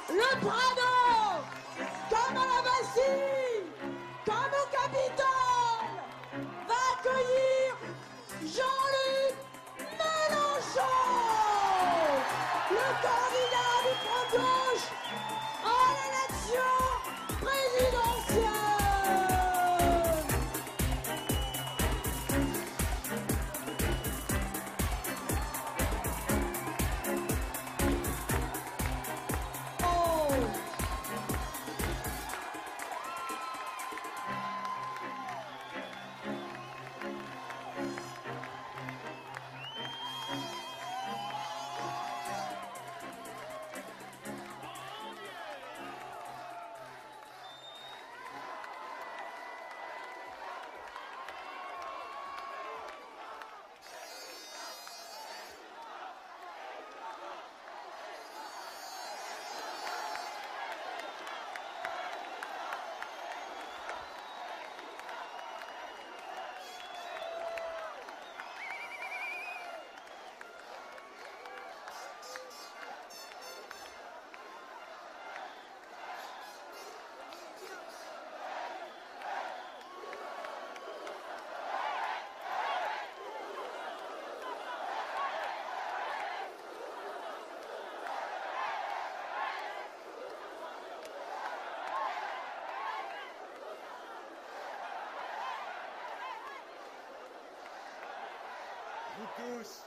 le Prado, comme à la Bastille, comme au Capitole, va accueillir Jean-Luc Mélenchon, le candidat du Front de Gauche à l'élection présidentielle. Vous tous,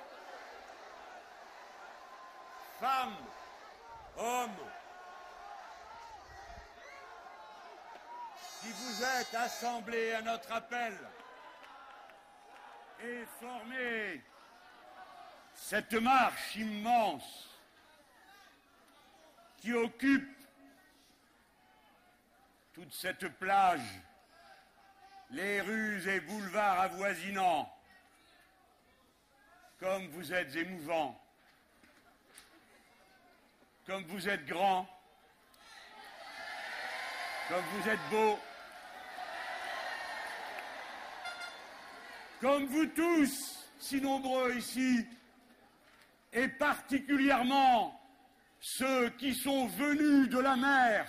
femmes, hommes, qui vous êtes assemblés à notre appel et formez cette marche immense qui occupe toute cette plage, les rues et boulevards avoisinants. Comme vous êtes émouvants, comme vous êtes grands, comme vous êtes beaux, comme vous tous, si nombreux ici, et particulièrement ceux qui sont venus de la mer.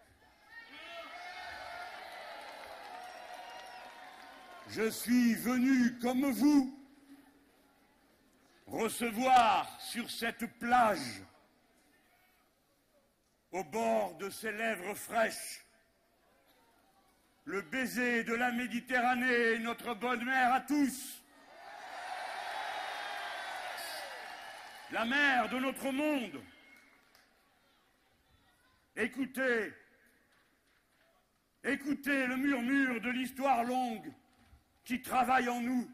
Je suis venu comme vous recevoir sur cette plage, au bord de ces lèvres fraîches, le baiser de la Méditerranée, notre bonne mer à tous, la mer de notre monde. Écoutez, écoutez le murmure de l'histoire longue qui travaille en nous.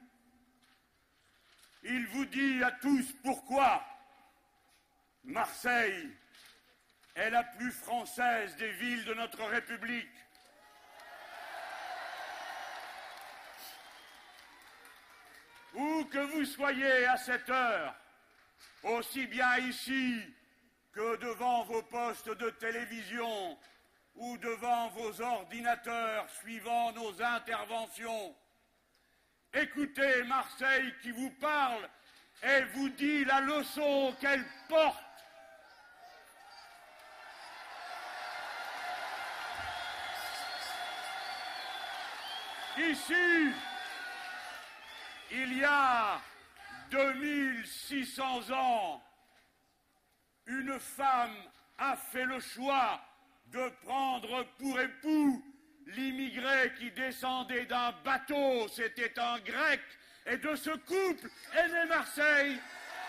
Il vous dit à tous pourquoi Marseille est la plus française des villes de notre République. Où que vous soyez à cette heure, aussi bien ici que devant vos postes de télévision ou devant vos ordinateurs suivant nos interventions, écoutez Marseille qui vous parle et vous dit la leçon qu'elle porte. Ici, il y a 2600 ans, une femme a fait le choix de prendre pour époux l'immigré qui descendait d'un bateau, c'était un Grec, et de ce couple est né Marseille.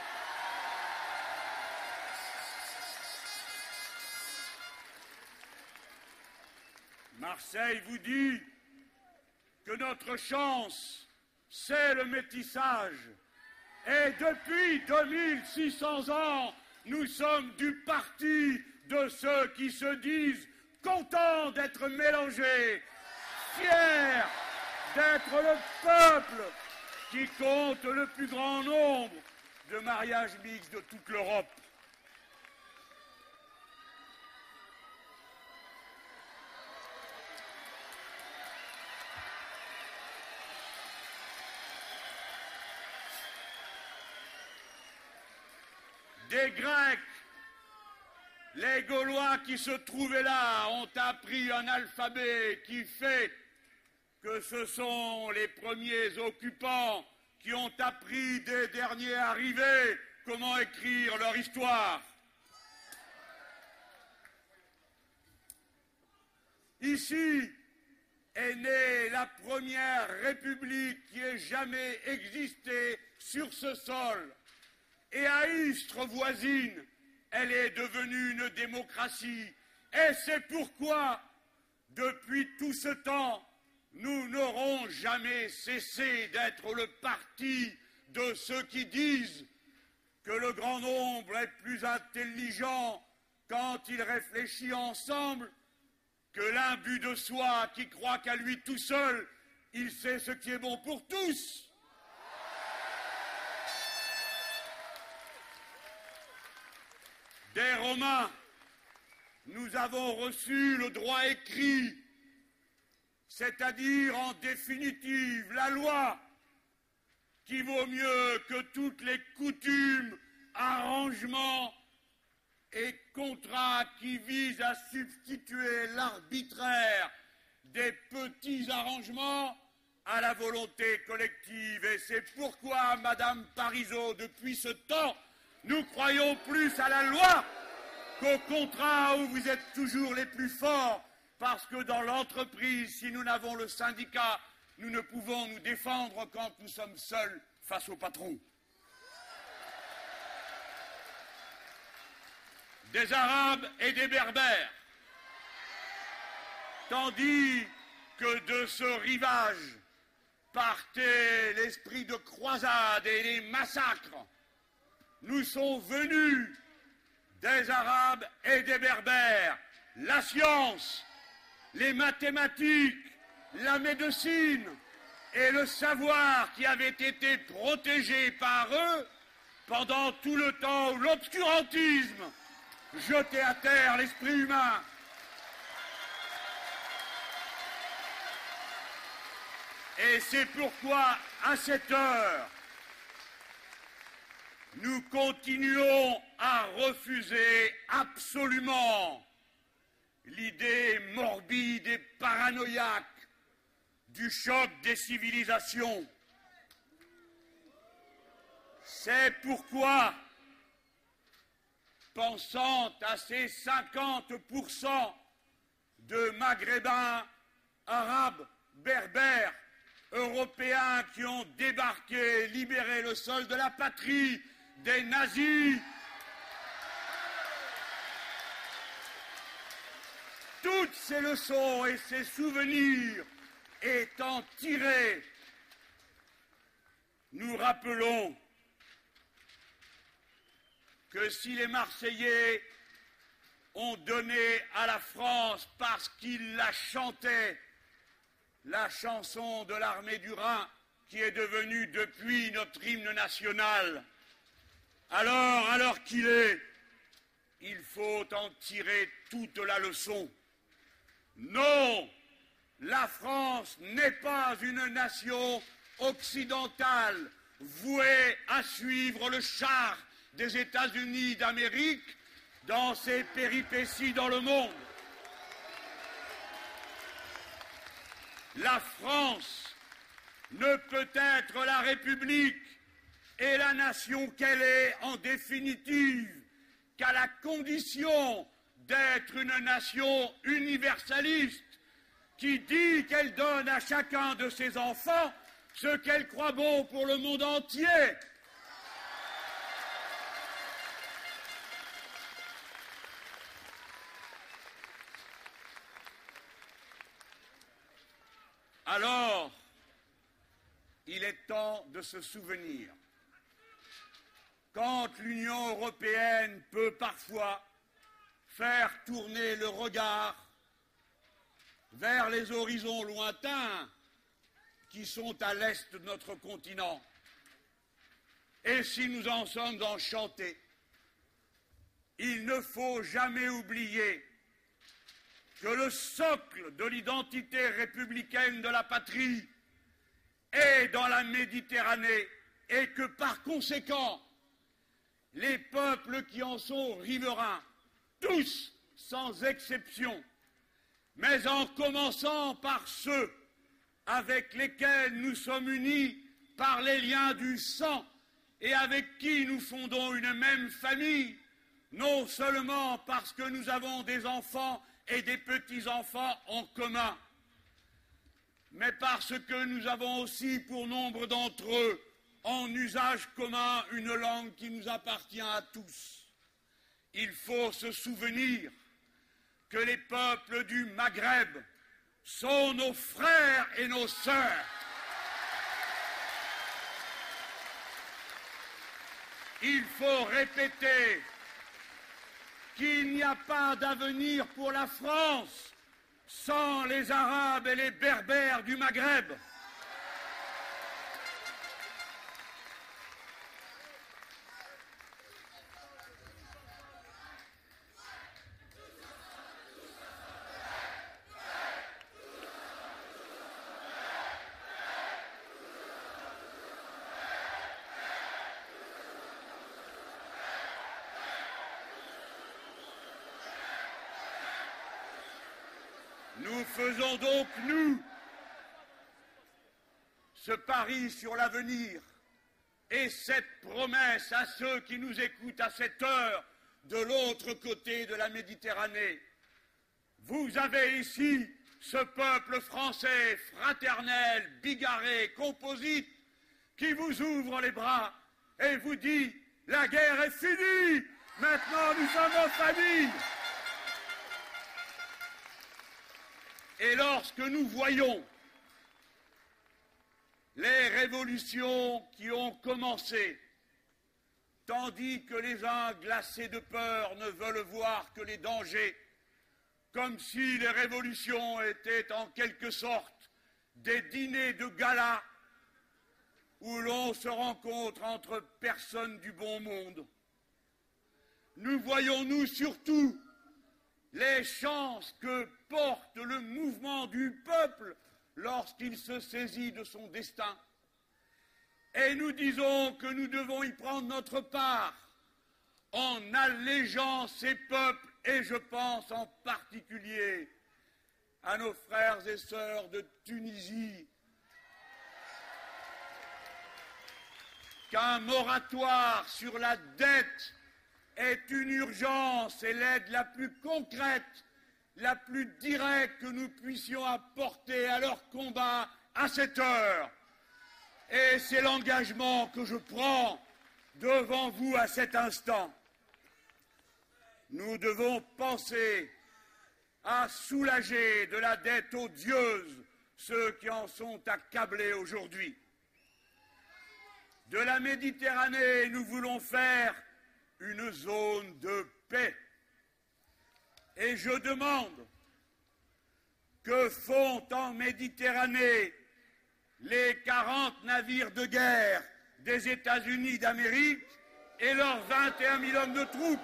Marseille vous dit que notre chance, c'est le métissage. Et depuis 2600 ans, nous sommes du parti de ceux qui se disent contents d'être mélangés, fiers d'être le peuple qui compte le plus grand nombre de mariages mixtes de toute l'Europe. Des Grecs, Les Gaulois qui se trouvaient là ont appris un alphabet qui fait que ce sont les premiers occupants qui ont appris des derniers arrivés comment écrire leur histoire. Ici est née la première république qui ait jamais existé sur ce sol. Et à Istres voisine, elle est devenue une démocratie. Et c'est pourquoi, depuis tout ce temps, nous n'aurons jamais cessé d'être le parti de ceux qui disent que le grand nombre est plus intelligent quand il réfléchit ensemble que l'imbu de soi qui croit qu'à lui tout seul, il sait ce qui est bon pour tous. Des Romains, nous avons reçu le droit écrit, c'est-à-dire en définitive la loi, qui vaut mieux que toutes les coutumes, arrangements et contrats qui visent à substituer l'arbitraire des petits arrangements à la volonté collective. Et c'est pourquoi, Madame Parisot, depuis ce temps, nous croyons plus à la loi qu'au contrat où vous êtes toujours les plus forts, parce que dans l'entreprise, si nous n'avons le syndicat, nous ne pouvons nous défendre quand nous sommes seuls face au patron. Des Arabes et des Berbères, tandis que de ce rivage partait l'esprit de croisade et les massacres, nous sont venus des Arabes et des Berbères la science, les mathématiques, la médecine et le savoir qui avaient été protégés par eux pendant tout le temps où l'obscurantisme jetait à terre l'esprit humain. Et c'est pourquoi, à cette heure, nous continuons à refuser absolument l'idée morbide et paranoïaque du choc des civilisations. C'est pourquoi, pensant à ces 50% de Maghrébins, Arabes, Berbères, Européens qui ont débarqué, libéré le sol de la patrie des nazis, toutes ces leçons et ces souvenirs étant tirés, nous rappelons que si les Marseillais ont donné à la France parce qu'ils la chantaient, la chanson de l'armée du Rhin, qui est devenue depuis notre hymne national, alors qu'il est, il faut en tirer toute la leçon. Non, la France n'est pas une nation occidentale vouée à suivre le char des États-Unis d'Amérique dans ses péripéties dans le monde. La France ne peut être la République et la nation qu'elle est en définitive qu'à la condition d'être une nation universaliste qui dit qu'elle donne à chacun de ses enfants ce qu'elle croit bon pour le monde entier. Alors, il est temps de se souvenir, quand l'Union européenne peut parfois faire tourner le regard vers les horizons lointains qui sont à l'est de notre continent, et si nous en sommes enchantés, il ne faut jamais oublier que le socle de l'identité républicaine de la patrie est dans la Méditerranée et que par conséquent, les peuples qui en sont riverains tous, sans exception, mais en commençant par ceux avec lesquels nous sommes unis par les liens du sang et avec qui nous fondons une même famille, non seulement parce que nous avons des enfants et des petits-enfants en commun, mais parce que nous avons aussi, pour nombre d'entre eux, en usage commun, une langue qui nous appartient à tous. Il faut se souvenir que les peuples du Maghreb sont nos frères et nos sœurs. Il faut répéter qu'il n'y a pas d'avenir pour la France sans les Arabes et les Berbères du Maghreb. Nous faisons donc, nous, ce pari sur l'avenir et cette promesse à ceux qui nous écoutent à cette heure de l'autre côté de la Méditerranée. Vous avez ici ce peuple français fraternel, bigarré, composite, qui vous ouvre les bras et vous dit « La guerre est finie, maintenant nous sommes en famille ». Et lorsque nous voyons les révolutions qui ont commencé, tandis que les uns glacés de peur ne veulent voir que les dangers, comme si les révolutions étaient en quelque sorte des dîners de gala où l'on se rencontre entre personnes du bon monde. Nous voyons, nous, surtout, les chances que porte le mouvement du peuple lorsqu'il se saisit de son destin. Et nous disons que nous devons y prendre notre part en allégeant ces peuples, et je pense en particulier à nos frères et sœurs de Tunisie, qu'un moratoire sur la dette est une urgence et l'aide la plus concrète, la plus directe que nous puissions apporter à leur combat à cette heure. Et c'est l'engagement que je prends devant vous à cet instant. Nous devons penser à soulager de la dette odieuse ceux qui en sont accablés aujourd'hui. De la Méditerranée, nous voulons faire une zone de paix. Et je demande que font en Méditerranée les 40 navires de guerre des États-Unis d'Amérique et leurs 21 000 hommes de troupes.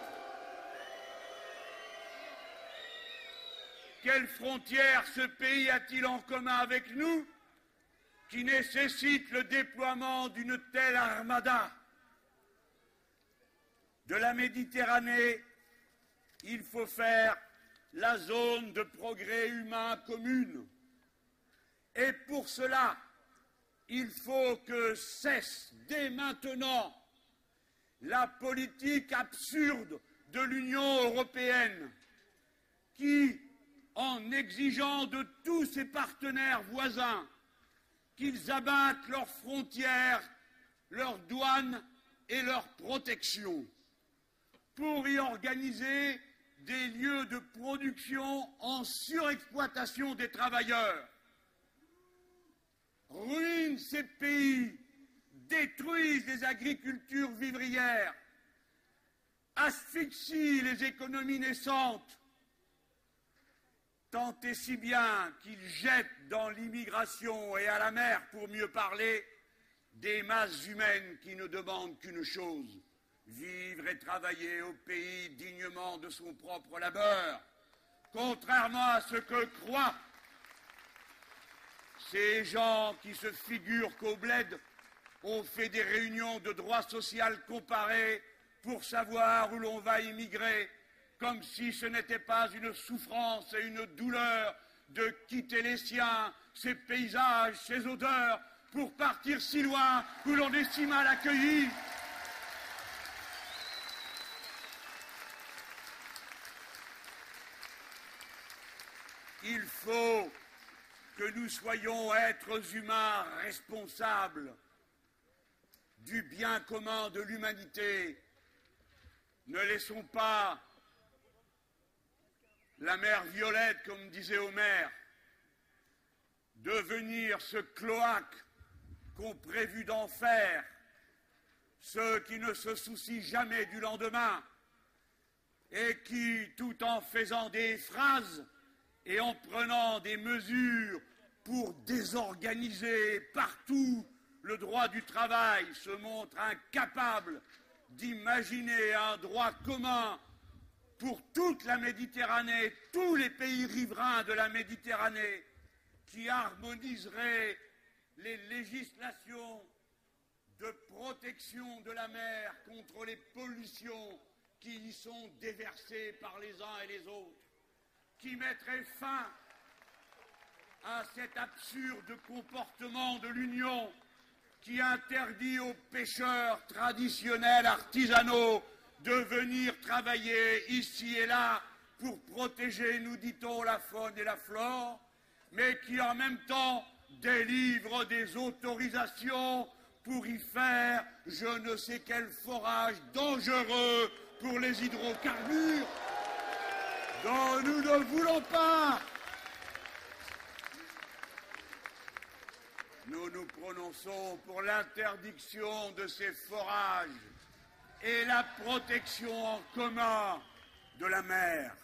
Quelle frontière ce pays a-t-il en commun avec nous qui nécessite le déploiement d'une telle armada? De la Méditerranée, il faut faire la zone de progrès humain commune. Et pour cela, il faut que cesse dès maintenant la politique absurde de l'Union européenne qui, en exigeant de tous ses partenaires voisins qu'ils abattent leurs frontières, leurs douanes et leurs protections, pour y organiser des lieux de production en surexploitation des travailleurs, ruinent ces pays, détruisent les agricultures vivrières, asphyxient les économies naissantes, tant et si bien qu'ils jettent dans l'immigration et à la mer, pour mieux parler, des masses humaines qui ne demandent qu'une chose: vivre et travailler au pays dignement de son propre labeur, contrairement à ce que croient ces gens qui se figurent qu'au bled, on fait des réunions de droit social comparé pour savoir où l'on va immigrer comme si ce n'était pas une souffrance et une douleur de quitter les siens, ces paysages, ces odeurs, pour partir si loin où l'on est si mal accueilli. Il faut que nous soyons êtres humains responsables du bien commun de l'humanité. Ne laissons pas la mer Violette, comme disait Homère, devenir ce cloaque qu'ont prévu d'en faire ceux qui ne se soucient jamais du lendemain et qui, tout en faisant des phrases et en prenant des mesures pour désorganiser partout le droit du travail, se montrent incapables d'imaginer un droit commun pour toute la Méditerranée, tous les pays riverains de la Méditerranée, qui harmoniserait les législations de protection de la mer contre les pollutions qui y sont déversées par les uns et les autres, qui mettrait fin à cet absurde comportement de l'Union qui interdit aux pêcheurs traditionnels artisanaux de venir travailler ici et là pour protéger, nous dit-on, la faune et la flore, mais qui en même temps délivre des autorisations pour y faire je ne sais quel forage dangereux pour les hydrocarbures dont nous ne voulons pas. Nous nous prononçons pour l'interdiction de ces forages et la protection en commun de la mer.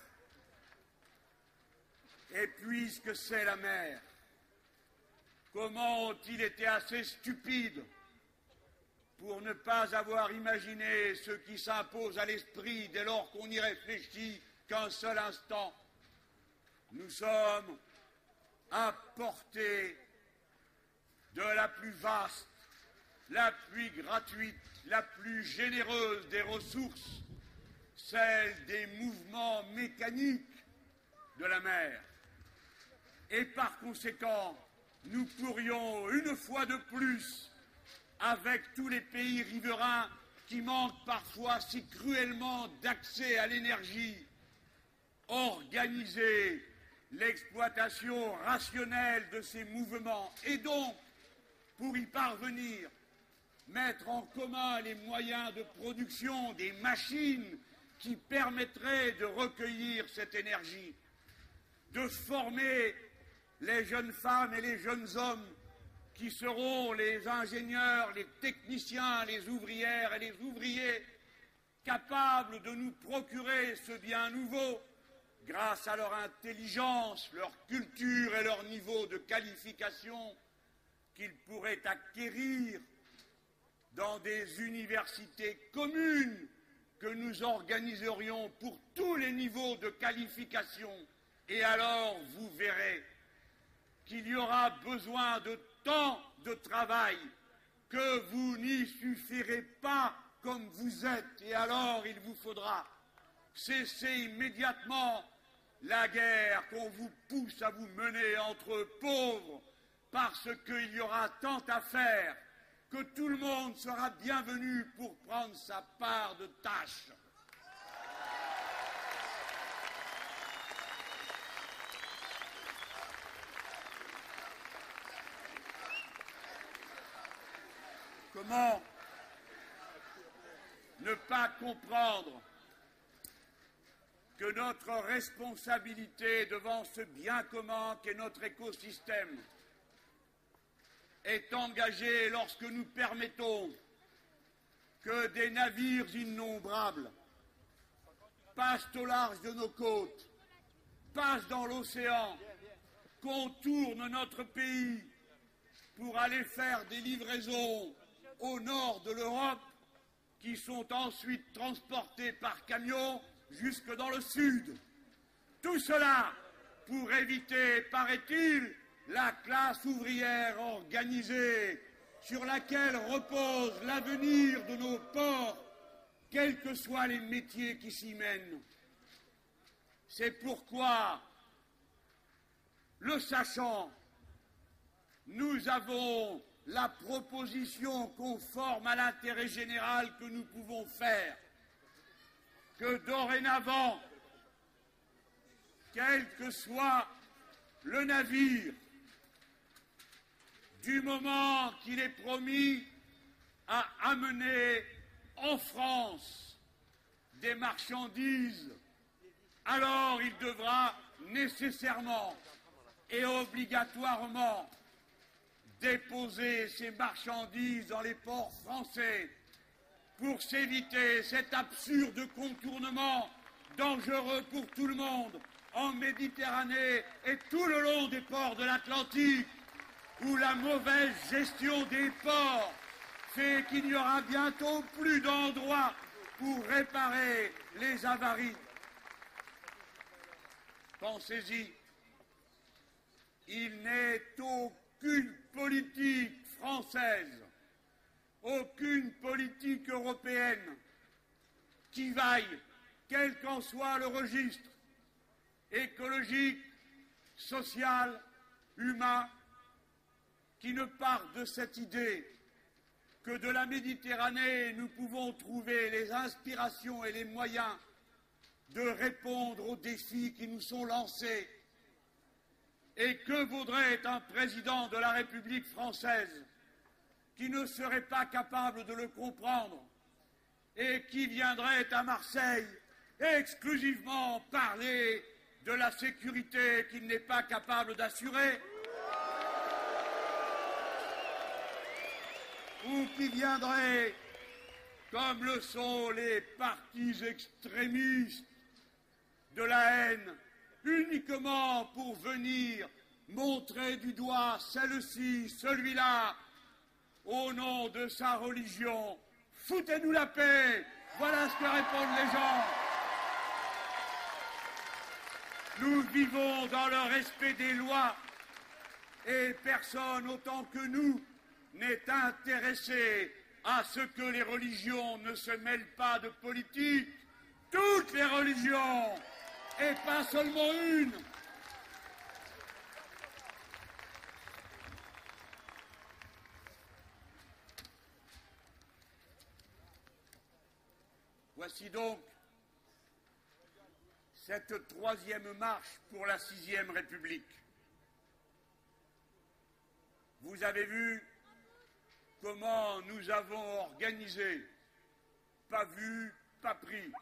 Et puisque c'est la mer, comment ont-ils été assez stupides pour ne pas avoir imaginé ce qui s'impose à l'esprit dès lors qu'on y réfléchit qu'un seul instant? Nous sommes à portée de la plus vaste, la plus gratuite, la plus généreuse des ressources, celle des mouvements mécaniques de la mer. Et par conséquent, nous pourrions, une fois de plus, avec tous les pays riverains qui manquent parfois si cruellement d'accès à l'énergie, organiser l'exploitation rationnelle de ces mouvements et donc, pour y parvenir, mettre en commun les moyens de production des machines qui permettraient de recueillir cette énergie, de former les jeunes femmes et les jeunes hommes qui seront les ingénieurs, les techniciens, les ouvrières et les ouvriers capables de nous procurer ce bien nouveau grâce à leur intelligence, leur culture et leur niveau de qualification qu'ils pourraient acquérir dans des universités communes que nous organiserions pour tous les niveaux de qualification. Et alors, vous verrez qu'il y aura besoin de tant de travail que vous n'y suffirez pas comme vous êtes. Et alors, il vous faudra cesser immédiatement la guerre qu'on vous pousse à vous mener entre pauvres, parce qu'il y aura tant à faire que tout le monde sera bienvenu pour prendre sa part de tâche. Comment ne pas comprendre que notre responsabilité devant ce bien commun qu'est notre écosystème est engagée lorsque nous permettons que des navires innombrables passent au large de nos côtes, passent dans l'océan, contournent notre pays pour aller faire des livraisons au nord de l'Europe, qui sont ensuite transportés par camion jusque dans le sud. Tout cela pour éviter, paraît-il, la classe ouvrière organisée sur laquelle repose l'avenir de nos ports, quels que soient les métiers qui s'y mènent. C'est pourquoi, le sachant, nous avons la proposition conforme à l'intérêt général que nous pouvons faire, que dorénavant, quel que soit le navire, du moment qu'il est promis à amener en France des marchandises, alors il devra nécessairement et obligatoirement déposer ces marchandises dans les ports français pour s'éviter cet absurde contournement dangereux pour tout le monde en Méditerranée et tout le long des ports de l'Atlantique, où la mauvaise gestion des ports fait qu'il n'y aura bientôt plus d'endroits pour réparer les avaries. Pensez-y, il n'est aucune politique française, aucune politique européenne qui vaille, quel qu'en soit le registre, écologique, social, humain, qui ne part de cette idée que de la Méditerranée, nous pouvons trouver les inspirations et les moyens de répondre aux défis qui nous sont lancés. Et que vaudrait un président de la République française qui ne serait pas capable de le comprendre et qui viendrait à Marseille exclusivement parler de la sécurité qu'il n'est pas capable d'assurer, ou qui viendrait, comme le sont les partis extrémistes de la haine, uniquement pour venir montrer du doigt celle-ci, celui-là, au nom de sa religion. Foutez-nous la paix, voilà ce que répondent les gens. Nous vivons dans le respect des lois et personne autant que nous n'est intéressé à ce que les religions ne se mêlent pas de politique. Toutes les religions, et pas seulement une. Voici donc cette troisième marche pour la 6e République. Vous avez vu comment nous avons organisé, pas vu, pas pris,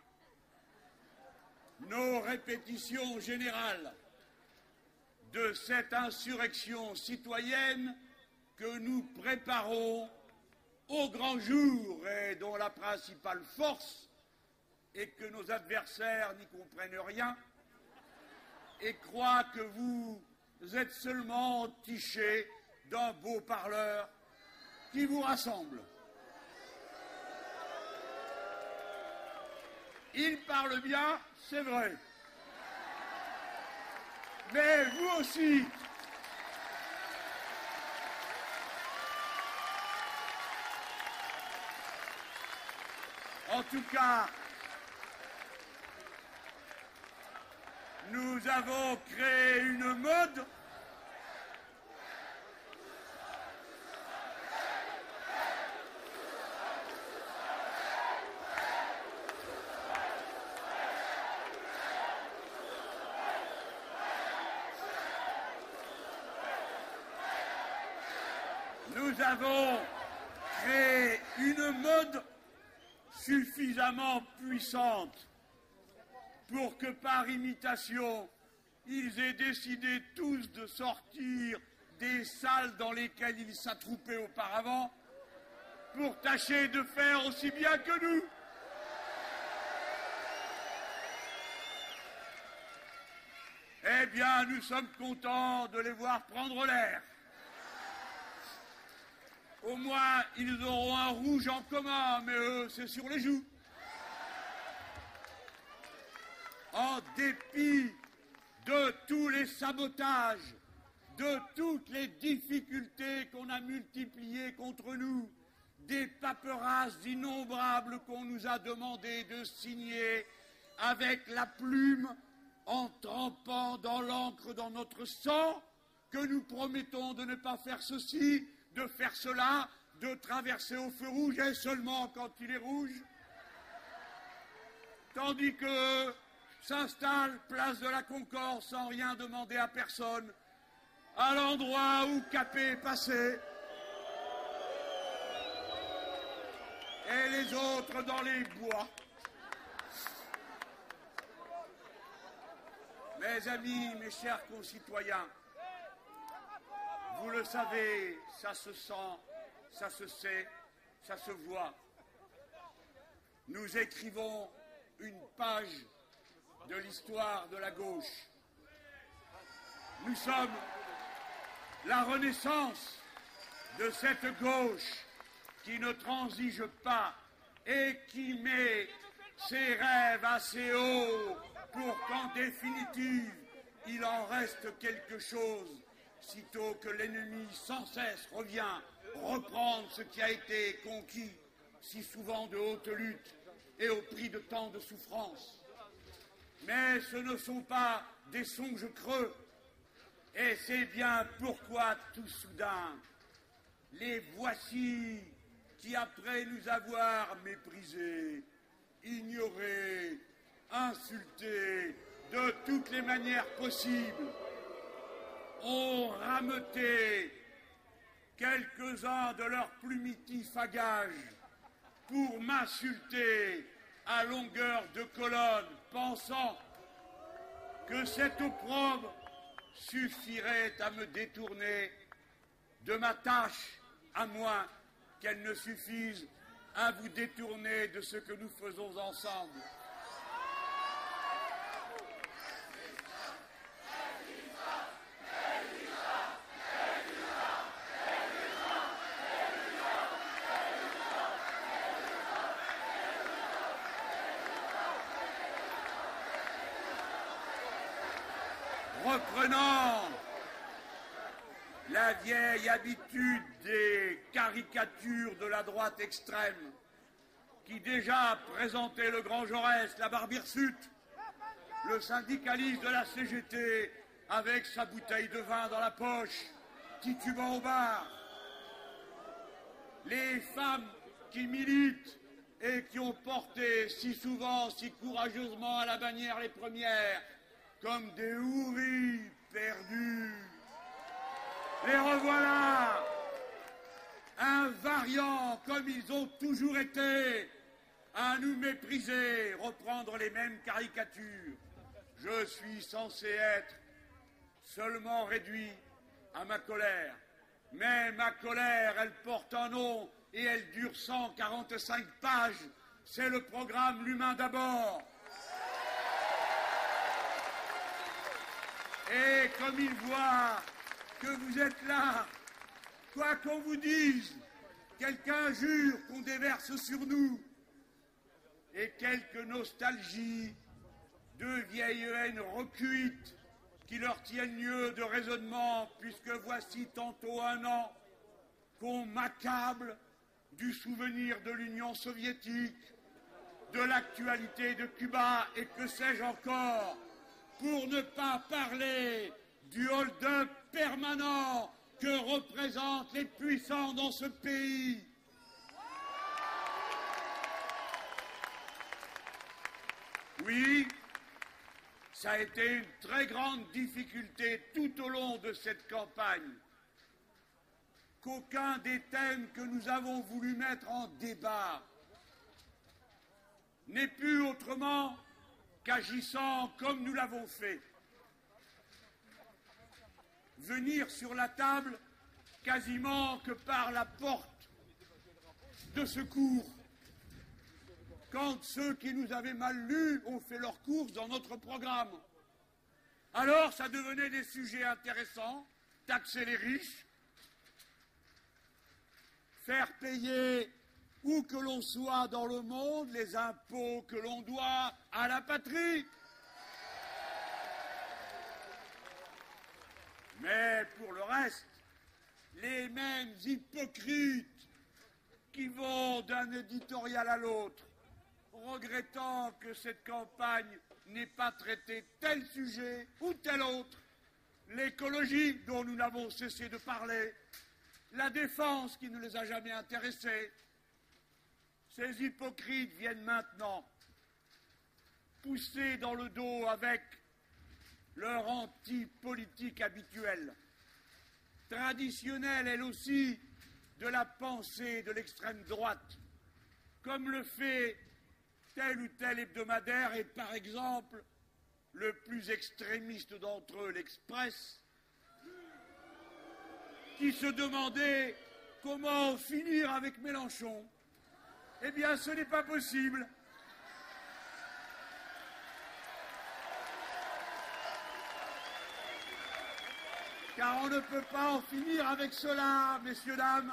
nos répétitions générales de cette insurrection citoyenne que nous préparons au grand jour et dont la principale force est que nos adversaires n'y comprennent rien et croient que vous êtes seulement entichés d'un beau parleur qui vous rassemble. Il parle bien, c'est vrai. Mais vous aussi. En tout cas, nous avons créé une mode Nous avons créé une mode suffisamment puissante pour que par imitation, ils aient décidé tous de sortir des salles dans lesquelles ils s'attroupaient auparavant pour tâcher de faire aussi bien que nous. Eh bien, nous sommes contents de les voir prendre l'air. Au moins, ils auront un rouge en commun, mais eux, c'est sur les joues. En dépit de tous les sabotages, de toutes les difficultés qu'on a multipliées contre nous, des paperasses innombrables qu'on nous a demandé de signer avec la plume en trempant dans l'encre dans notre sang, que nous promettons de ne pas faire ceci, de faire cela, de traverser au feu rouge et seulement quand il est rouge. Tandis que s'installe place de la Concorde sans rien demander à personne, à l'endroit où Capet est passé, et les autres dans les bois. Mes amis, mes chers concitoyens, vous le savez, ça se sent, ça se sait, ça se voit. Nous écrivons une page de l'histoire de la gauche. Nous sommes la renaissance de cette gauche qui ne transige pas et qui met ses rêves assez haut pour qu'en définitive, il en reste quelque chose, sitôt que l'ennemi sans cesse revient reprendre ce qui a été conquis, si souvent de haute lutte et au prix de tant de souffrances. Mais ce ne sont pas des songes creux, et c'est bien pourquoi tout soudain, les voici qui, après nous avoir méprisés, ignorés, insultés de toutes les manières possibles, ont rameuté quelques-uns de leurs plumitifs à gages pour m'insulter à longueur de colonne, pensant que cet opprobre suffirait à me détourner de ma tâche, à moins qu'elle ne suffise à vous détourner de ce que nous faisons ensemble. Reprenant la vieille habitude des caricatures de la droite extrême, qui déjà présentait le grand Jaurès, la barbe hirsute, le syndicaliste de la CGT avec sa bouteille de vin dans la poche, titubant au bar, les femmes qui militent et qui ont porté si souvent, si courageusement à la bannière les premières, comme des houris perdus. Les revoilà, invariants comme ils ont toujours été, à nous mépriser, reprendre les mêmes caricatures. Je suis censé être seulement réduit à ma colère. Mais ma colère, elle porte un nom et elle dure 145 pages. C'est le programme L'Humain d'abord. Et comme il voit que vous êtes là, quoi qu'on vous dise, quelqu'un jure qu'on déverse sur nous, et quelques nostalgies de vieilles haines recuites qui leur tiennent lieu de raisonnement, puisque voici tantôt un an qu'on m'accable du souvenir de l'Union soviétique, de l'actualité de Cuba et que sais-je encore, pour ne pas parler du hold-up permanent que représentent les puissants dans ce pays. Oui, ça a été une très grande difficulté tout au long de cette campagne, qu'aucun des thèmes que nous avons voulu mettre en débat n'est pu autrement qu'agissant comme nous l'avons fait, venir sur la table quasiment que par la porte de secours, quand ceux qui nous avaient mal lus ont fait leurs courses dans notre programme. Alors ça devenait des sujets intéressants, taxer les riches, faire payer où que l'on soit dans le monde les impôts que l'on doit à la patrie. Mais pour le reste, les mêmes hypocrites qui vont d'un éditorial à l'autre, regrettant que cette campagne n'ait pas traité tel sujet ou tel autre, l'écologie dont nous n'avons cessé de parler, la défense qui ne les a jamais intéressés. Ces hypocrites viennent maintenant pousser dans le dos avec leur anti-politique habituelle, traditionnelle elle aussi, de la pensée de l'extrême droite, comme le fait tel ou tel hebdomadaire et par exemple le plus extrémiste d'entre eux, l'Express, qui se demandait comment finir avec Mélenchon. Eh bien, ce n'est pas possible. Car on ne peut pas en finir avec cela, messieurs, dames.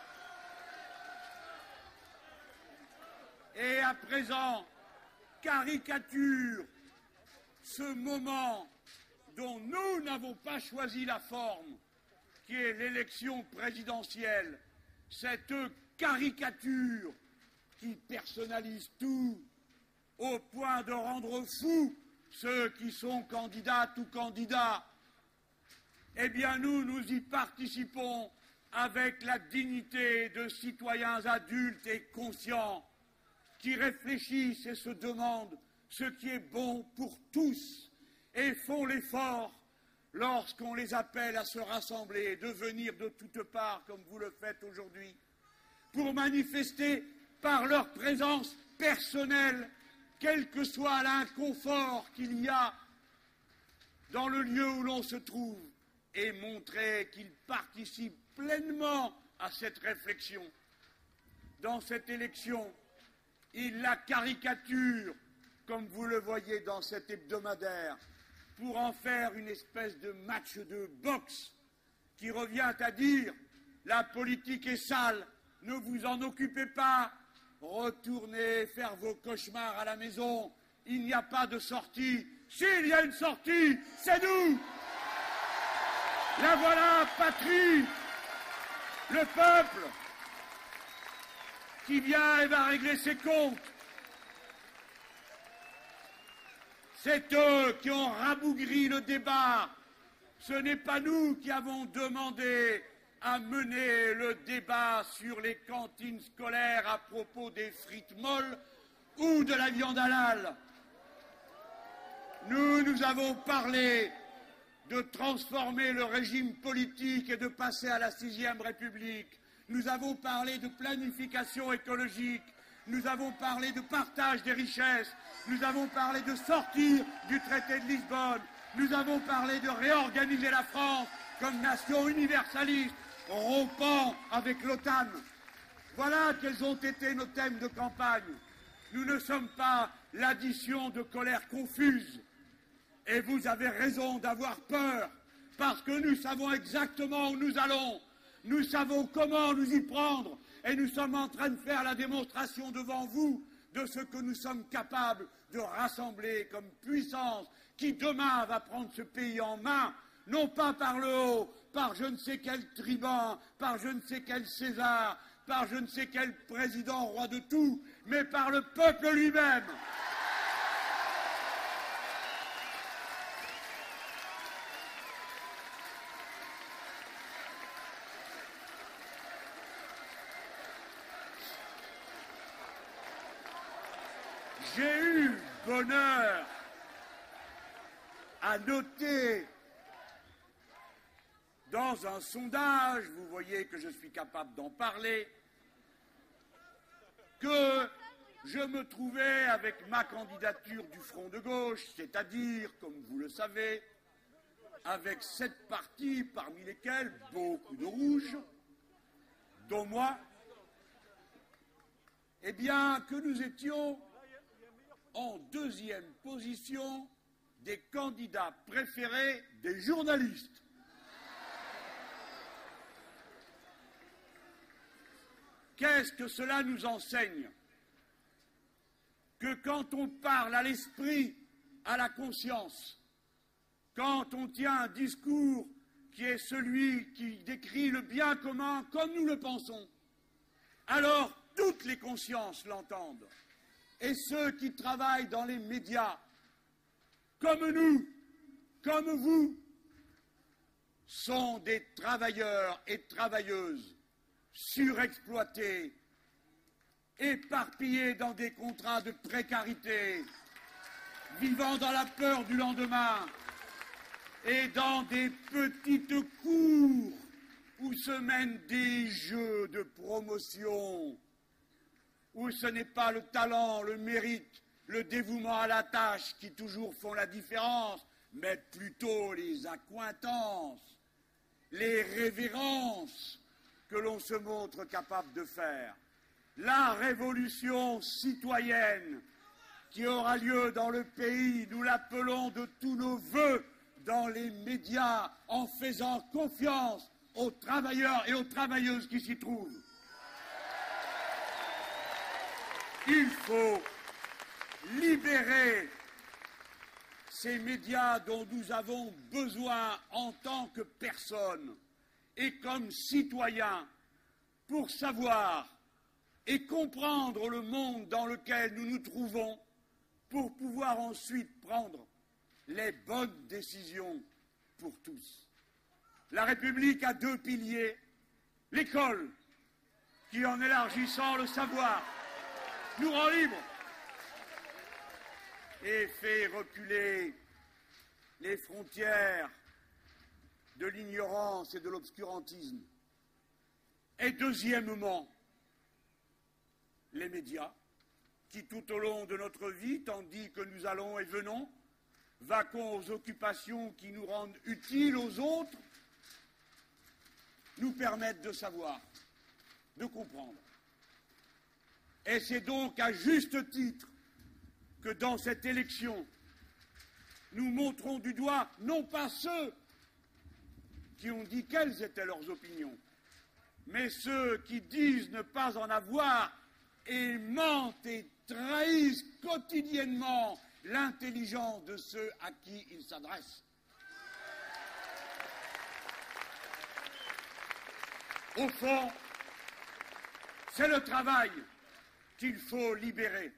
Et à présent, caricature ce moment dont nous n'avons pas choisi la forme, qui est l'élection présidentielle, cette caricature qui personnalise tout au point de rendre fous ceux qui sont candidates ou candidats. Eh bien, nous y participons avec la dignité de citoyens adultes et conscients qui réfléchissent et se demandent ce qui est bon pour tous et font l'effort lorsqu'on les appelle à se rassembler, de venir de toutes parts comme vous le faites aujourd'hui, pour manifester par leur présence personnelle, quel que soit l'inconfort qu'il y a dans le lieu où l'on se trouve, et montrer qu'ils participent pleinement à cette réflexion. Dans cette élection, ils la caricaturent, comme vous le voyez dans cet hebdomadaire, pour en faire une espèce de match de boxe qui revient à dire « la politique est sale, ne vous en occupez pas, retournez faire vos cauchemars à la maison, il n'y a pas de sortie. S'il y a une sortie, c'est nous ! La voilà, patrie, le peuple qui vient et va régler ses comptes. C'est eux qui ont rabougri le débat. Ce n'est pas nous qui avons demandé à mener le débat sur les cantines scolaires à propos des frites molles ou de la viande halal. Nous avons parlé de transformer le régime politique et de passer à la 6e République. Nous avons parlé de planification écologique. Nous avons parlé de partage des richesses. Nous avons parlé de sortir du traité de Lisbonne. Nous avons parlé de réorganiser la France comme nation universaliste, rompant avec l'OTAN. Voilà quels ont été nos thèmes de campagne. Nous ne sommes pas l'addition de colères confuses. Et vous avez raison d'avoir peur, parce que nous savons exactement où nous allons, nous savons comment nous y prendre, et nous sommes en train de faire la démonstration devant vous de ce que nous sommes capables de rassembler comme puissance qui demain va prendre ce pays en main, non pas par le haut, par je ne sais quel tribun, par je ne sais quel César, par je ne sais quel président roi de tout, mais par le peuple lui-même. J'ai eu bonheur à noter dans un sondage, vous voyez que je suis capable d'en parler, que je me trouvais avec ma candidature du Front de gauche, c'est-à-dire, comme vous le savez, avec 7 partis, parmi lesquels beaucoup de rouges, dont moi, eh bien, que nous étions en 2e position des candidats préférés des journalistes. Qu'est-ce que cela nous enseigne? Que quand on parle à l'esprit, à la conscience, quand on tient un discours qui est celui qui décrit le bien commun comme nous le pensons, alors toutes les consciences l'entendent. Et ceux qui travaillent dans les médias comme nous, comme vous, sont des travailleurs et travailleuses surexploités, éparpillés dans des contrats de précarité, vivant dans la peur du lendemain et dans des petites cours où se mènent des jeux de promotion, où ce n'est pas le talent, le mérite, le dévouement à la tâche qui toujours font la différence, mais plutôt les accointances, les révérences que l'on se montre capable de faire. La révolution citoyenne qui aura lieu dans le pays, nous l'appelons de tous nos vœux dans les médias, en faisant confiance aux travailleurs et aux travailleuses qui s'y trouvent. Il faut libérer ces médias dont nous avons besoin en tant que personnes et comme citoyens pour savoir et comprendre le monde dans lequel nous nous trouvons, pour pouvoir ensuite prendre les bonnes décisions pour tous. La République a deux piliers, l'école, qui en élargissant le savoir, nous rend libres et fait reculer les frontières de l'ignorance et de l'obscurantisme. Et deuxièmement, les médias, qui tout au long de notre vie, tandis que nous allons et venons, vaquons aux occupations qui nous rendent utiles aux autres, nous permettent de savoir, de comprendre. Et c'est donc à juste titre que dans cette élection, nous montrons du doigt non pas ceux qui ont dit quelles étaient leurs opinions, mais ceux qui disent ne pas en avoir et mentent et trahissent quotidiennement l'intelligence de ceux à qui ils s'adressent. Au fond, c'est le travail qu'il faut libérer.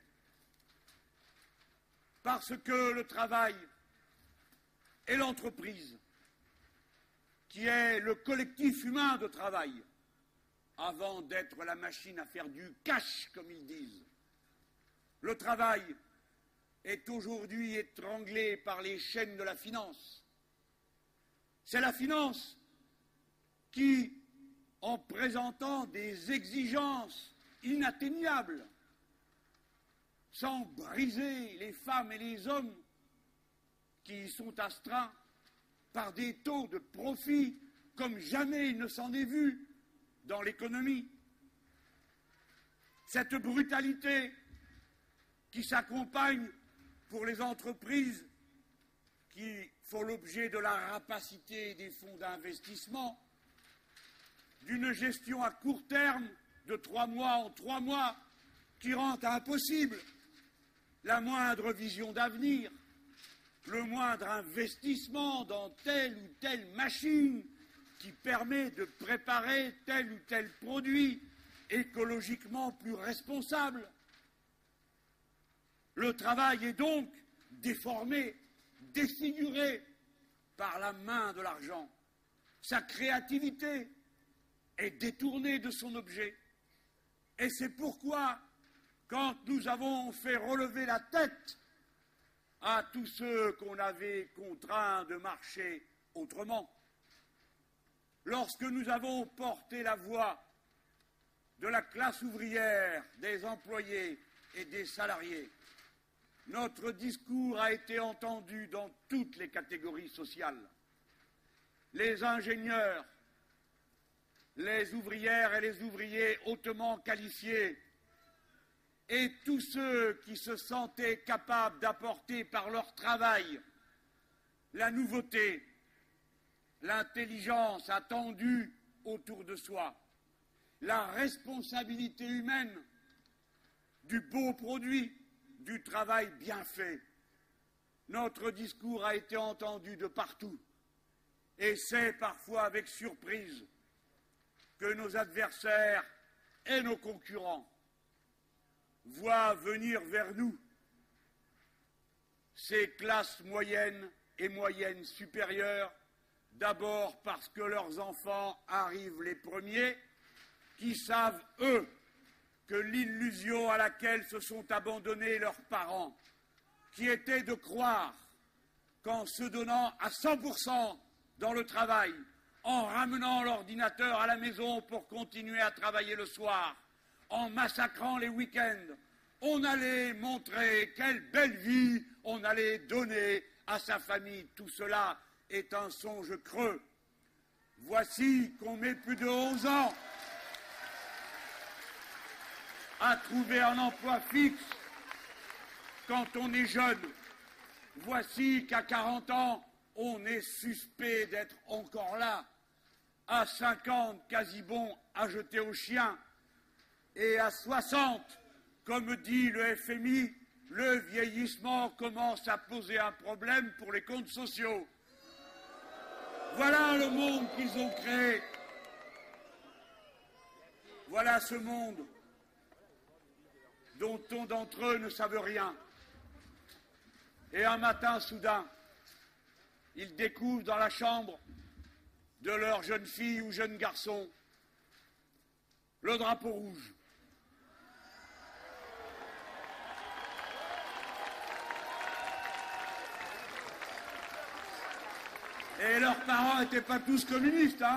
Parce que le travail et l'entreprise, qui est le collectif humain de travail, avant d'être la machine à faire du cash, comme ils disent. Le travail est aujourd'hui étranglé par les chaînes de la finance. C'est la finance qui, en présentant des exigences inatteignables, sans briser les femmes et les hommes qui y sont astreints par des taux de profit comme jamais il ne s'en est vu dans l'économie. Cette brutalité qui s'accompagne pour les entreprises qui font l'objet de la rapacité des fonds d'investissement, d'une gestion à court terme de 3 mois en 3 mois qui rend impossible la moindre vision d'avenir, le moindre investissement dans telle ou telle machine qui permet de préparer tel ou tel produit écologiquement plus responsable. Le travail est donc déformé, défiguré par la main de l'argent. Sa créativité est détournée de son objet. Et c'est pourquoi, quand nous avons fait relever la tête à tous ceux qu'on avait contraints de marcher autrement, lorsque nous avons porté la voix de la classe ouvrière, des employés et des salariés, notre discours a été entendu dans toutes les catégories sociales. Les ingénieurs, les ouvrières et les ouvriers hautement qualifiés et tous ceux qui se sentaient capables d'apporter par leur travail la nouveauté, l'intelligence attendue autour de soi, la responsabilité humaine du beau produit, du travail bien fait. Notre discours a été entendu de partout, et c'est parfois avec surprise que nos adversaires et nos concurrents voient venir vers nous ces classes moyennes et moyennes supérieures, d'abord parce que leurs enfants arrivent les premiers, qui savent, eux, que l'illusion à laquelle se sont abandonnés leurs parents, qui était de croire qu'en se donnant à 100% dans le travail, en ramenant l'ordinateur à la maison pour continuer à travailler le soir, en massacrant les week-ends, on allait montrer quelle belle vie on allait donner à sa famille. Tout cela est un songe creux. Voici qu'on met plus de 11 ans à trouver un emploi fixe quand on est jeune. Voici qu'à 40 ans, on est suspect d'être encore là. À 50, quasi bon à jeter aux chiens. Et à 60, comme dit le FMI, le vieillissement commence à poser un problème pour les comptes sociaux. Voilà le monde qu'ils ont créé. Voilà ce monde dont on d'entre eux ne savent rien. Et un matin, soudain, ils découvrent dans la chambre de leur jeune fille ou jeune garçon le drapeau rouge. Et leurs parents n'étaient pas tous communistes, hein.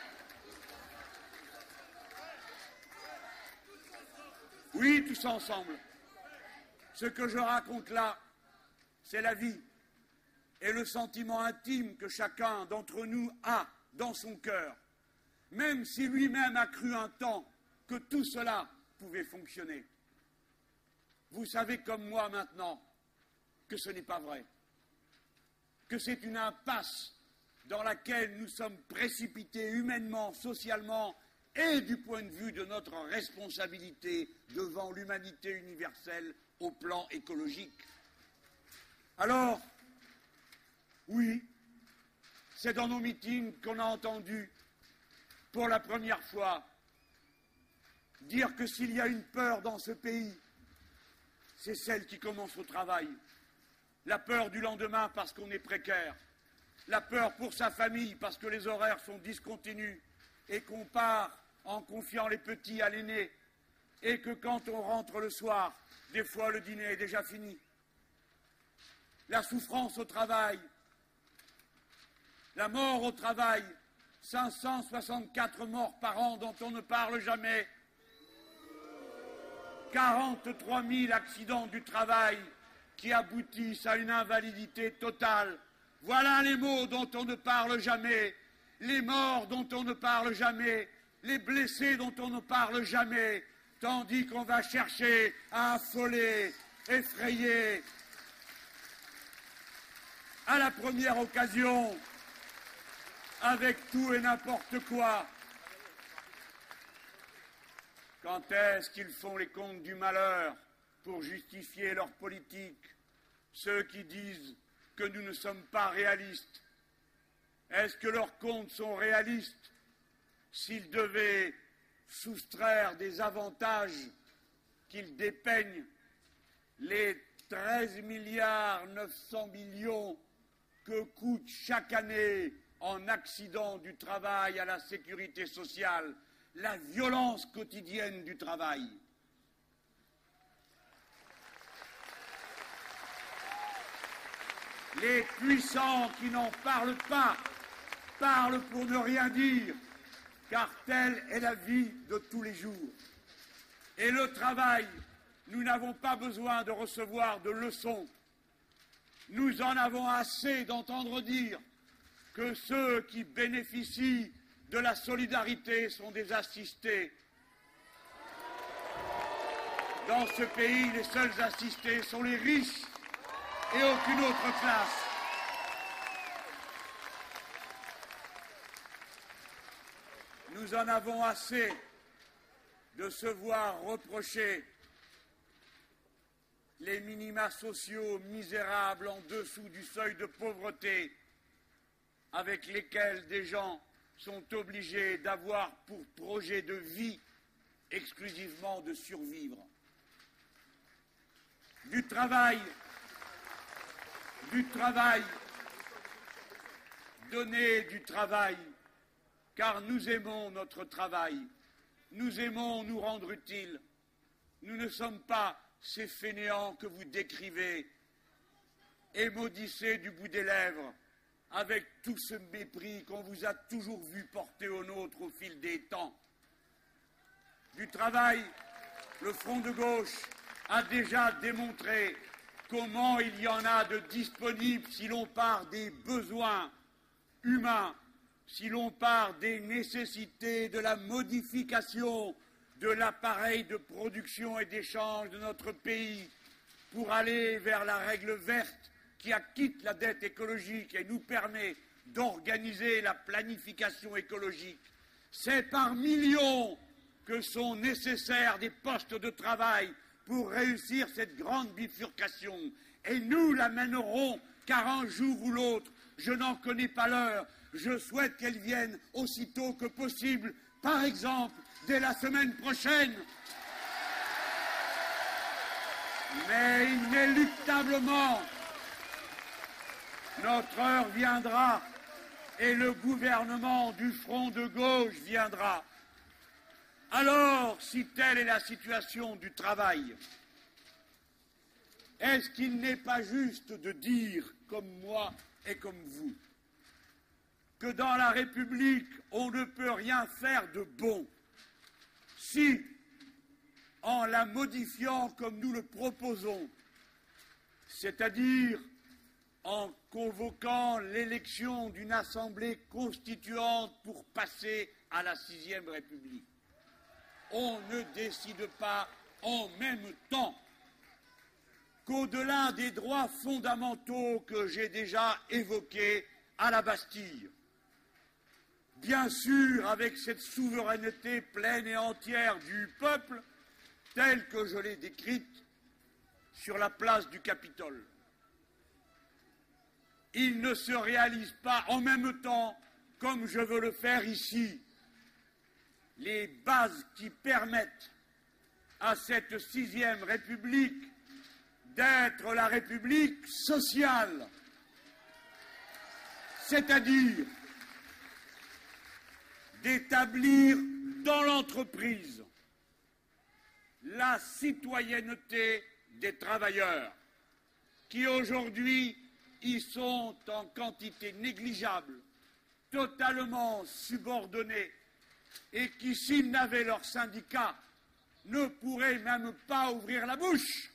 Oui, tous ensemble. Ce que je raconte là, c'est la vie et le sentiment intime que chacun d'entre nous a dans son cœur, même si lui-même a cru un temps que tout cela pouvait fonctionner. Vous savez comme moi maintenant que ce n'est pas vrai, que c'est une impasse dans laquelle nous sommes précipités humainement, socialement et du point de vue de notre responsabilité devant l'humanité universelle au plan écologique. Alors, oui, c'est dans nos meetings qu'on a entendu pour la première fois dire que s'il y a une peur dans ce pays, c'est celle qui commence au travail. La peur du lendemain parce qu'on est précaire. La peur pour sa famille parce que les horaires sont discontinus et qu'on part en confiant les petits à l'aîné et que quand on rentre le soir, des fois le dîner est déjà fini. La souffrance au travail, la mort au travail, 564 morts par an dont on ne parle jamais, 43 000 accidents du travail qui aboutissent à une invalidité totale. Voilà les mots dont on ne parle jamais, les morts dont on ne parle jamais, les blessés dont on ne parle jamais, tandis qu'on va chercher à affoler, effrayer, à la première occasion, avec tout et n'importe quoi. Quand est-ce qu'ils font les comptes du malheur pour justifier leur politique, ceux qui disent que nous ne sommes pas réalistes? Est-ce que leurs comptes sont réalistes s'ils devaient soustraire des avantages qu'ils dépeignent, les 13 milliards 900 millions que coûtent chaque année en accident du travail à la sécurité sociale, la violence quotidienne du travail? Les puissants qui n'en parlent pas parlent pour ne rien dire, car telle est la vie de tous les jours. Et le travail, nous n'avons pas besoin de recevoir de leçons. Nous en avons assez d'entendre dire que ceux qui bénéficient de la solidarité sont des assistés. Dans ce pays, les seuls assistés sont les riches et aucune autre classe. Nous en avons assez de se voir reprocher les minima sociaux misérables en dessous du seuil de pauvreté avec lesquels des gens sont obligés d'avoir pour projet de vie exclusivement de survivre. Du travail du travail, donner du travail, car nous aimons notre travail, nous aimons nous rendre utiles. Nous ne sommes pas ces fainéants que vous décrivez et maudissez du bout des lèvres avec tout ce mépris qu'on vous a toujours vu porter au nôtre au fil des temps. Du travail, le Front de gauche a déjà démontré comment il y en a de disponibles si l'on part des besoins humains, si l'on part des nécessités de la modification de l'appareil de production et d'échange de notre pays pour aller vers la règle verte qui acquitte la dette écologique et nous permet d'organiser la planification écologique. C'est par millions que sont nécessaires des postes de travail pour réussir cette grande bifurcation. Et nous la mènerons, car un jour ou l'autre, je n'en connais pas l'heure, je souhaite qu'elle vienne aussitôt que possible, par exemple, dès la semaine prochaine. Mais inéluctablement, notre heure viendra et le gouvernement du Front de gauche viendra. Alors, si telle est la situation du travail, est-ce qu'il n'est pas juste de dire, comme moi et comme vous, que dans la République, on ne peut rien faire de bon si, en la modifiant comme nous le proposons, c'est-à-dire en convoquant l'élection d'une assemblée constituante pour passer à la 6e République, on ne décide pas en même temps qu'au-delà des droits fondamentaux que j'ai déjà évoqués à la Bastille, bien sûr avec cette souveraineté pleine et entière du peuple, telle que je l'ai décrite sur la place du Capitole. Il ne se réalise pas en même temps, comme je veux le faire ici, les bases qui permettent à cette 6e République d'être la République sociale, c'est-à-dire d'établir dans l'entreprise la citoyenneté des travailleurs qui aujourd'hui y sont en quantité négligeable, totalement subordonnés et qui, s'ils n'avaient leur syndicat, ne pourraient même pas ouvrir la bouche.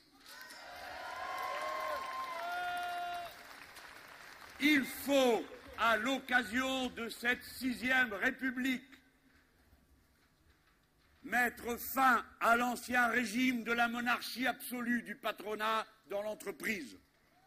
Il faut, à l'occasion de cette 6e République, mettre fin à l'ancien régime de la monarchie absolue du patronat dans l'entreprise.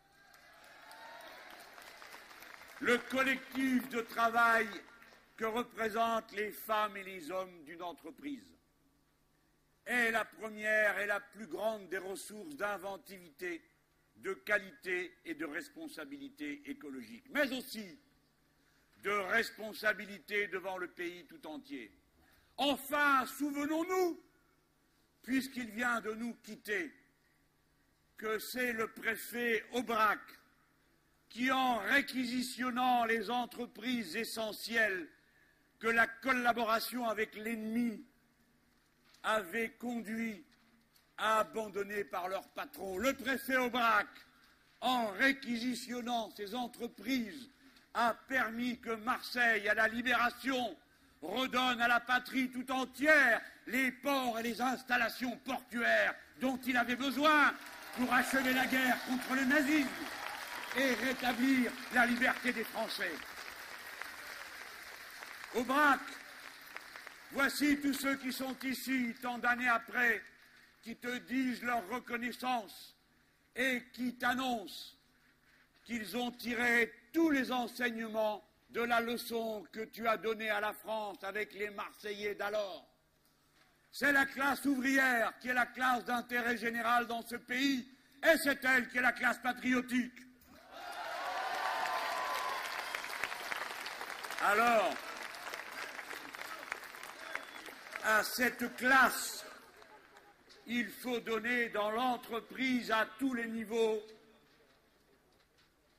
Le collectif de travail que représentent les femmes et les hommes d'une entreprise est la première et la plus grande des ressources d'inventivité, de qualité et de responsabilité écologique, mais aussi de responsabilité devant le pays tout entier. Enfin, souvenons-nous, puisqu'il vient de nous quitter, que c'est le préfet Aubrac qui, en réquisitionnant les entreprises essentielles que la collaboration avec l'ennemi avait conduit à abandonner par leur patron. Le préfet Aubrac, en réquisitionnant ces entreprises, a permis que Marseille, à la Libération, redonne à la patrie tout entière les ports et les installations portuaires dont il avait besoin pour achever la guerre contre le nazisme et rétablir la liberté des Français. Aubrac, voici tous ceux qui sont ici, tant d'années après, qui te disent leur reconnaissance et qui t'annoncent qu'ils ont tiré tous les enseignements de la leçon que tu as donnée à la France avec les Marseillais d'alors. C'est la classe ouvrière qui est la classe d'intérêt général dans ce pays, et c'est elle qui est la classe patriotique. Alors, à cette classe, il faut donner dans l'entreprise à tous les niveaux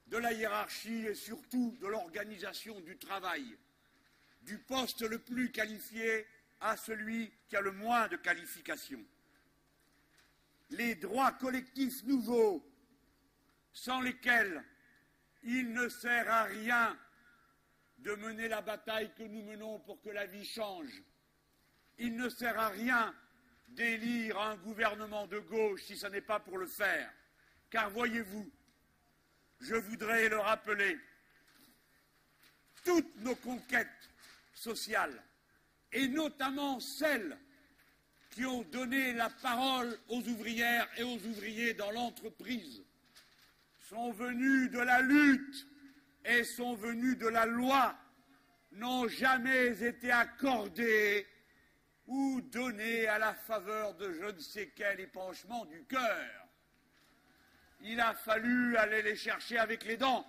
de la hiérarchie et surtout de l'organisation du travail, du poste le plus qualifié à celui qui a le moins de qualifications. Les droits collectifs nouveaux, sans lesquels il ne sert à rien de mener la bataille que nous menons pour que la vie change. Il ne sert à rien d'élire un gouvernement de gauche si ce n'est pas pour le faire. Car voyez-vous, je voudrais le rappeler, toutes nos conquêtes sociales, et notamment celles qui ont donné la parole aux ouvrières et aux ouvriers dans l'entreprise, sont venues de la lutte et sont venues de la loi, n'ont jamais été accordées ou données à la faveur de je ne sais quel épanchement du cœur. Il a fallu aller les chercher avec les dents.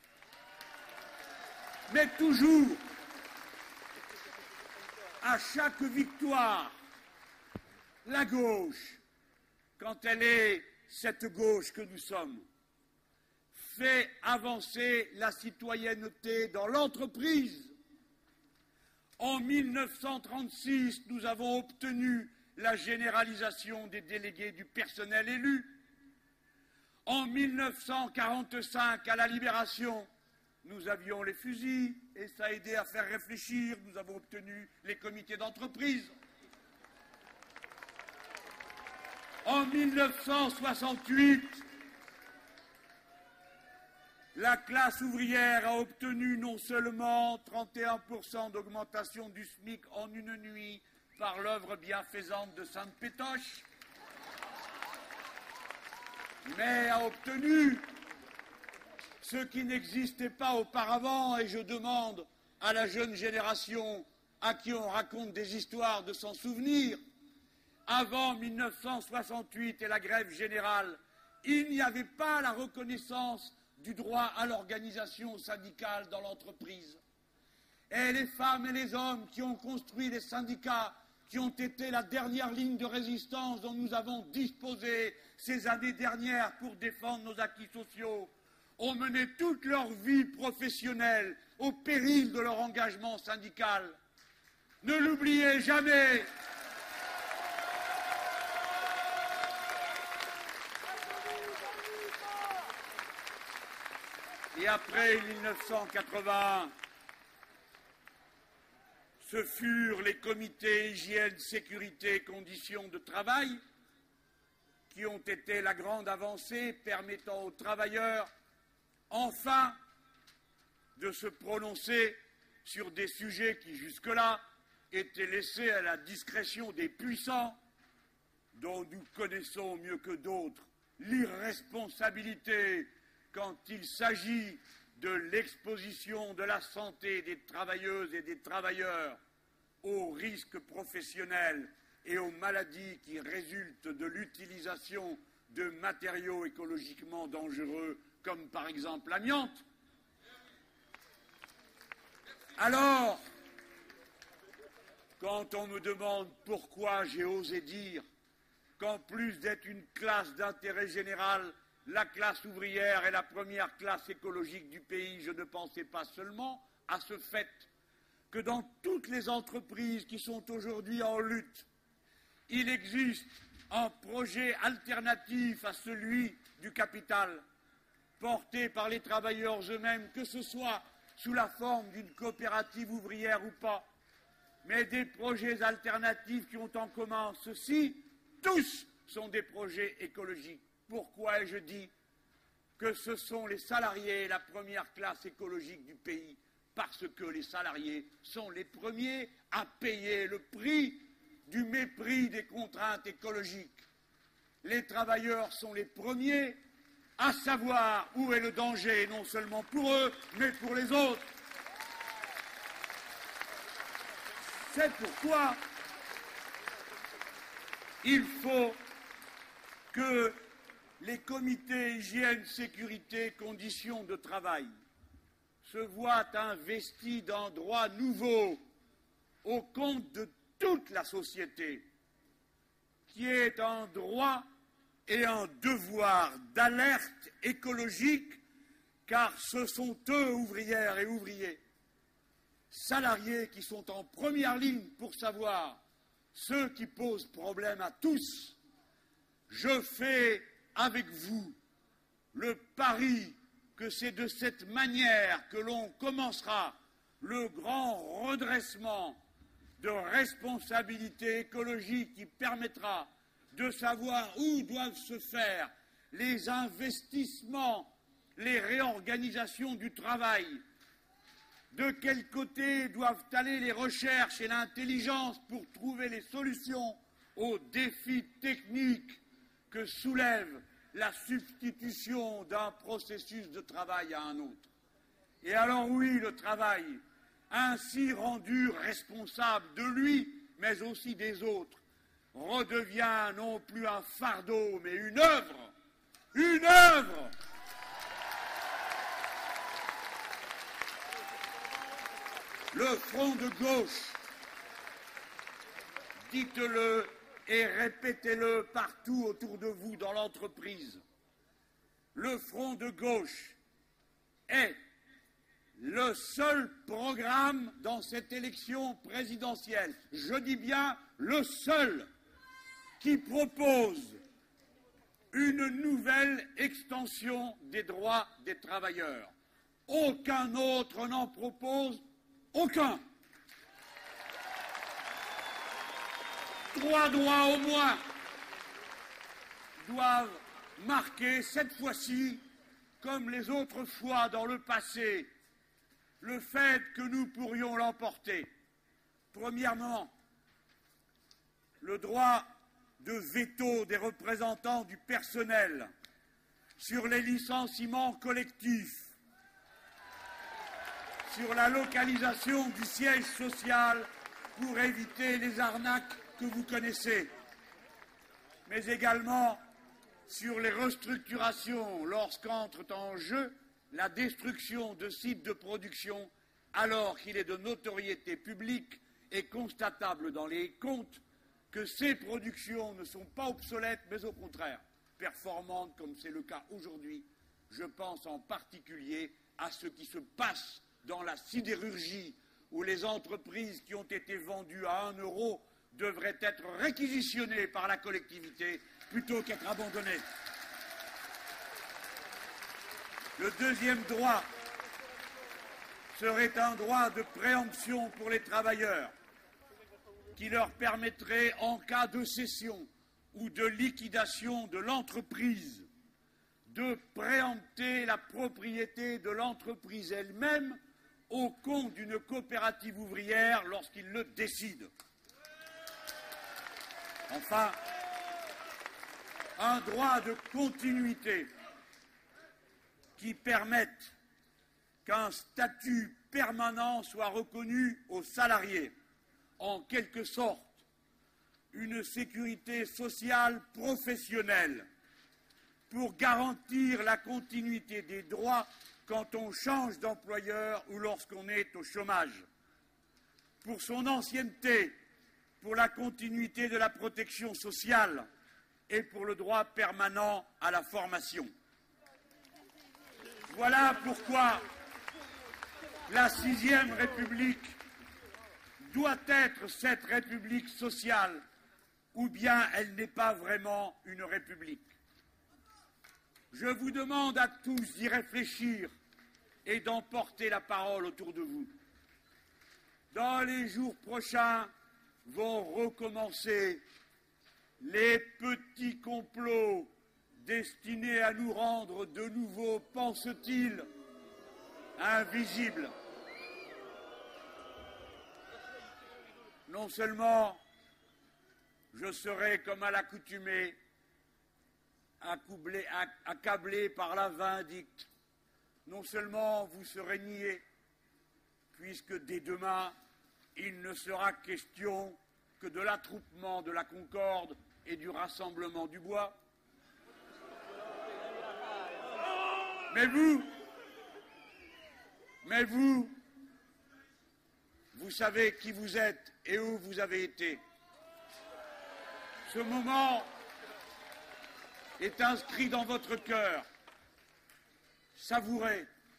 Mais toujours, à chaque victoire, la gauche, quand elle est cette gauche que nous sommes, fait avancer la citoyenneté dans l'entreprise. En 1936, nous avons obtenu la généralisation des délégués du personnel élu. En 1945, à la Libération, nous avions les fusils et ça a aidé à faire réfléchir. Nous avons obtenu les comités d'entreprise. En 1968, la classe ouvrière a obtenu non seulement 31% d'augmentation du SMIC en une nuit par l'œuvre bienfaisante de Sainte Pétoche, mais a obtenu ce qui n'existait pas auparavant, et je demande à la jeune génération à qui on raconte des histoires de s'en souvenir. Avant 1968 et la grève générale, il n'y avait pas la reconnaissance du droit à l'organisation syndicale dans l'entreprise. Et les femmes et les hommes qui ont construit les syndicats, qui ont été la dernière ligne de résistance dont nous avons disposé ces années dernières pour défendre nos acquis sociaux, ont mené toute leur vie professionnelle au péril de leur engagement syndical. Ne l'oubliez jamais. Et après 1981, ce furent les comités hygiène, sécurité, conditions de travail qui ont été la grande avancée permettant aux travailleurs enfin de se prononcer sur des sujets qui jusque-là étaient laissés à la discrétion des puissants, dont nous connaissons mieux que d'autres l'irresponsabilité quand il s'agit de l'exposition de la santé des travailleuses et des travailleurs aux risques professionnels et aux maladies qui résultent de l'utilisation de matériaux écologiquement dangereux, comme par exemple l'amiante. Alors, quand on me demande pourquoi j'ai osé dire qu'en plus d'être une classe d'intérêt général, la classe ouvrière est la première classe écologique du pays, je ne pensais pas seulement à ce fait que dans toutes les entreprises qui sont aujourd'hui en lutte, il existe un projet alternatif à celui du capital, porté par les travailleurs eux-mêmes, que ce soit sous la forme d'une coopérative ouvrière ou pas, mais des projets alternatifs qui ont en commun ceci, tous sont des projets écologiques. Pourquoi ai-je dit que ce sont les salariés la première classe écologique du pays? Parce que les salariés sont les premiers à payer le prix du mépris des contraintes écologiques. Les travailleurs sont les premiers à savoir où est le danger, non seulement pour eux, mais pour les autres. C'est pourquoi il faut que les comités hygiène, sécurité, conditions de travail se voient investis d'un droit nouveau au compte de toute la société, qui est un droit et un devoir d'alerte écologique, car ce sont eux, ouvrières et ouvriers, salariés, qui sont en première ligne pour savoir ce qui pose problème à tous. Je fais avec vous le pari que c'est de cette manière que l'on commencera le grand redressement de responsabilité écologique qui permettra de savoir où doivent se faire les investissements, les réorganisations du travail, de quel côté doivent aller les recherches et l'intelligence pour trouver les solutions aux défis techniques que soulève la substitution d'un processus de travail à un autre. Et alors oui, le travail, ainsi rendu responsable de lui, mais aussi des autres, redevient non plus un fardeau, mais une œuvre. Une œuvre! Le front de gauche, dites-le et répétez-le partout autour de vous dans l'entreprise. Le front de gauche est le seul programme dans cette élection présidentielle, je dis bien le seul, qui propose une nouvelle extension des droits des travailleurs. Aucun autre n'en propose aucun. 3 droits au moins doivent marquer cette fois-ci, comme les autres fois dans le passé, le fait que nous pourrions l'emporter. Premièrement, le droit de veto des représentants du personnel sur les licenciements collectifs, sur la localisation du siège social pour éviter les arnaques que vous connaissez, mais également sur les restructurations lorsqu'entre en jeu la destruction de sites de production alors qu'il est de notoriété publique et constatable dans les comptes que ces productions ne sont pas obsolètes, mais au contraire performantes, comme c'est le cas aujourd'hui. Je pense en particulier à ce qui se passe dans la sidérurgie, où les entreprises qui ont été vendues à 1 euro devraient être réquisitionnées par la collectivité plutôt qu'être abandonnées. Le deuxième droit serait un droit de préemption pour les travailleurs qui leur permettrait, en cas de cession ou de liquidation de l'entreprise, de préempter la propriété de l'entreprise elle-même au compte d'une coopérative ouvrière lorsqu'il le décide. Enfin, un droit de continuité qui permette qu'un statut permanent soit reconnu aux salariés, en quelque sorte une sécurité sociale professionnelle pour garantir la continuité des droits quand on change d'employeur ou lorsqu'on est au chômage, pour son ancienneté, pour la continuité de la protection sociale et pour le droit permanent à la formation. Voilà pourquoi la 6e République doit être cette République sociale, ou bien elle n'est pas vraiment une République. Je vous demande à tous d'y réfléchir et d'en porter la parole autour de vous. Dans les jours prochains vont recommencer les petits complots destinés à nous rendre de nouveau, pense-t-il, invisibles. Non seulement je serai, comme à l'accoutumée, accablé par la vindicte, non seulement vous serez niés, puisque dès demain, il ne sera question que de l'attroupement de la Concorde et du rassemblement du bois. Mais vous savez qui vous êtes et où vous avez été. Ce moment est inscrit dans votre cœur. Savourez,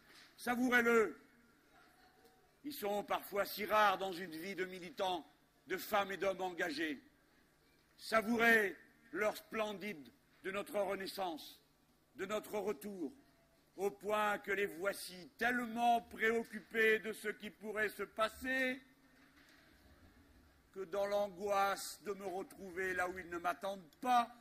Savourez-le. Ils sont parfois si rares dans une vie de militants, de femmes et d'hommes engagés. Savourez l'heure splendide de notre renaissance, de notre retour, au point que les voici tellement préoccupés de ce qui pourrait se passer que dans l'angoisse de me retrouver là où ils ne m'attendent pas,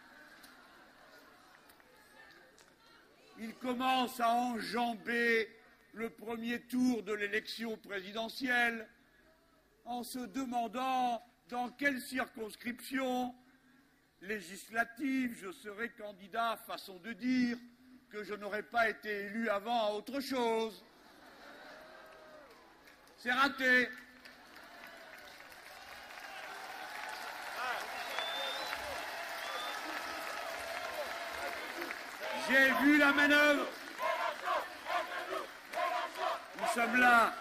ils commencent à enjamber le premier tour de l'élection présidentielle en se demandant dans quelle circonscription législative je serai candidat, façon de dire que je n'aurais pas été élu avant à autre chose. C'est raté. J'ai vu la manœuvre. Nous sommes là.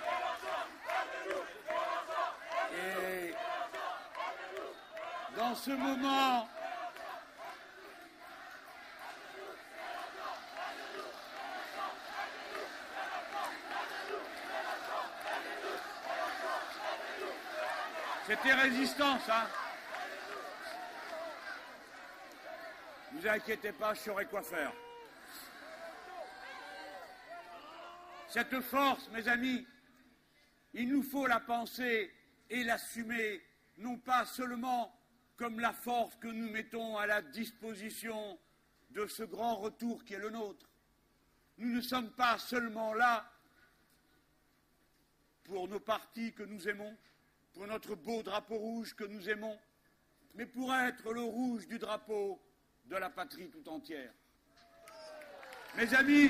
Et dans ce moment, c'était résistance, hein. Ne vous inquiétez pas, je saurai quoi faire. Cette force, mes amis, il nous faut la penser et l'assumer, non pas seulement comme la force que nous mettons à la disposition de ce grand retour qui est le nôtre. Nous ne sommes pas seulement là pour nos partis que nous aimons, pour notre beau drapeau rouge que nous aimons, mais pour être le rouge du drapeau de la patrie tout entière. Mes amis,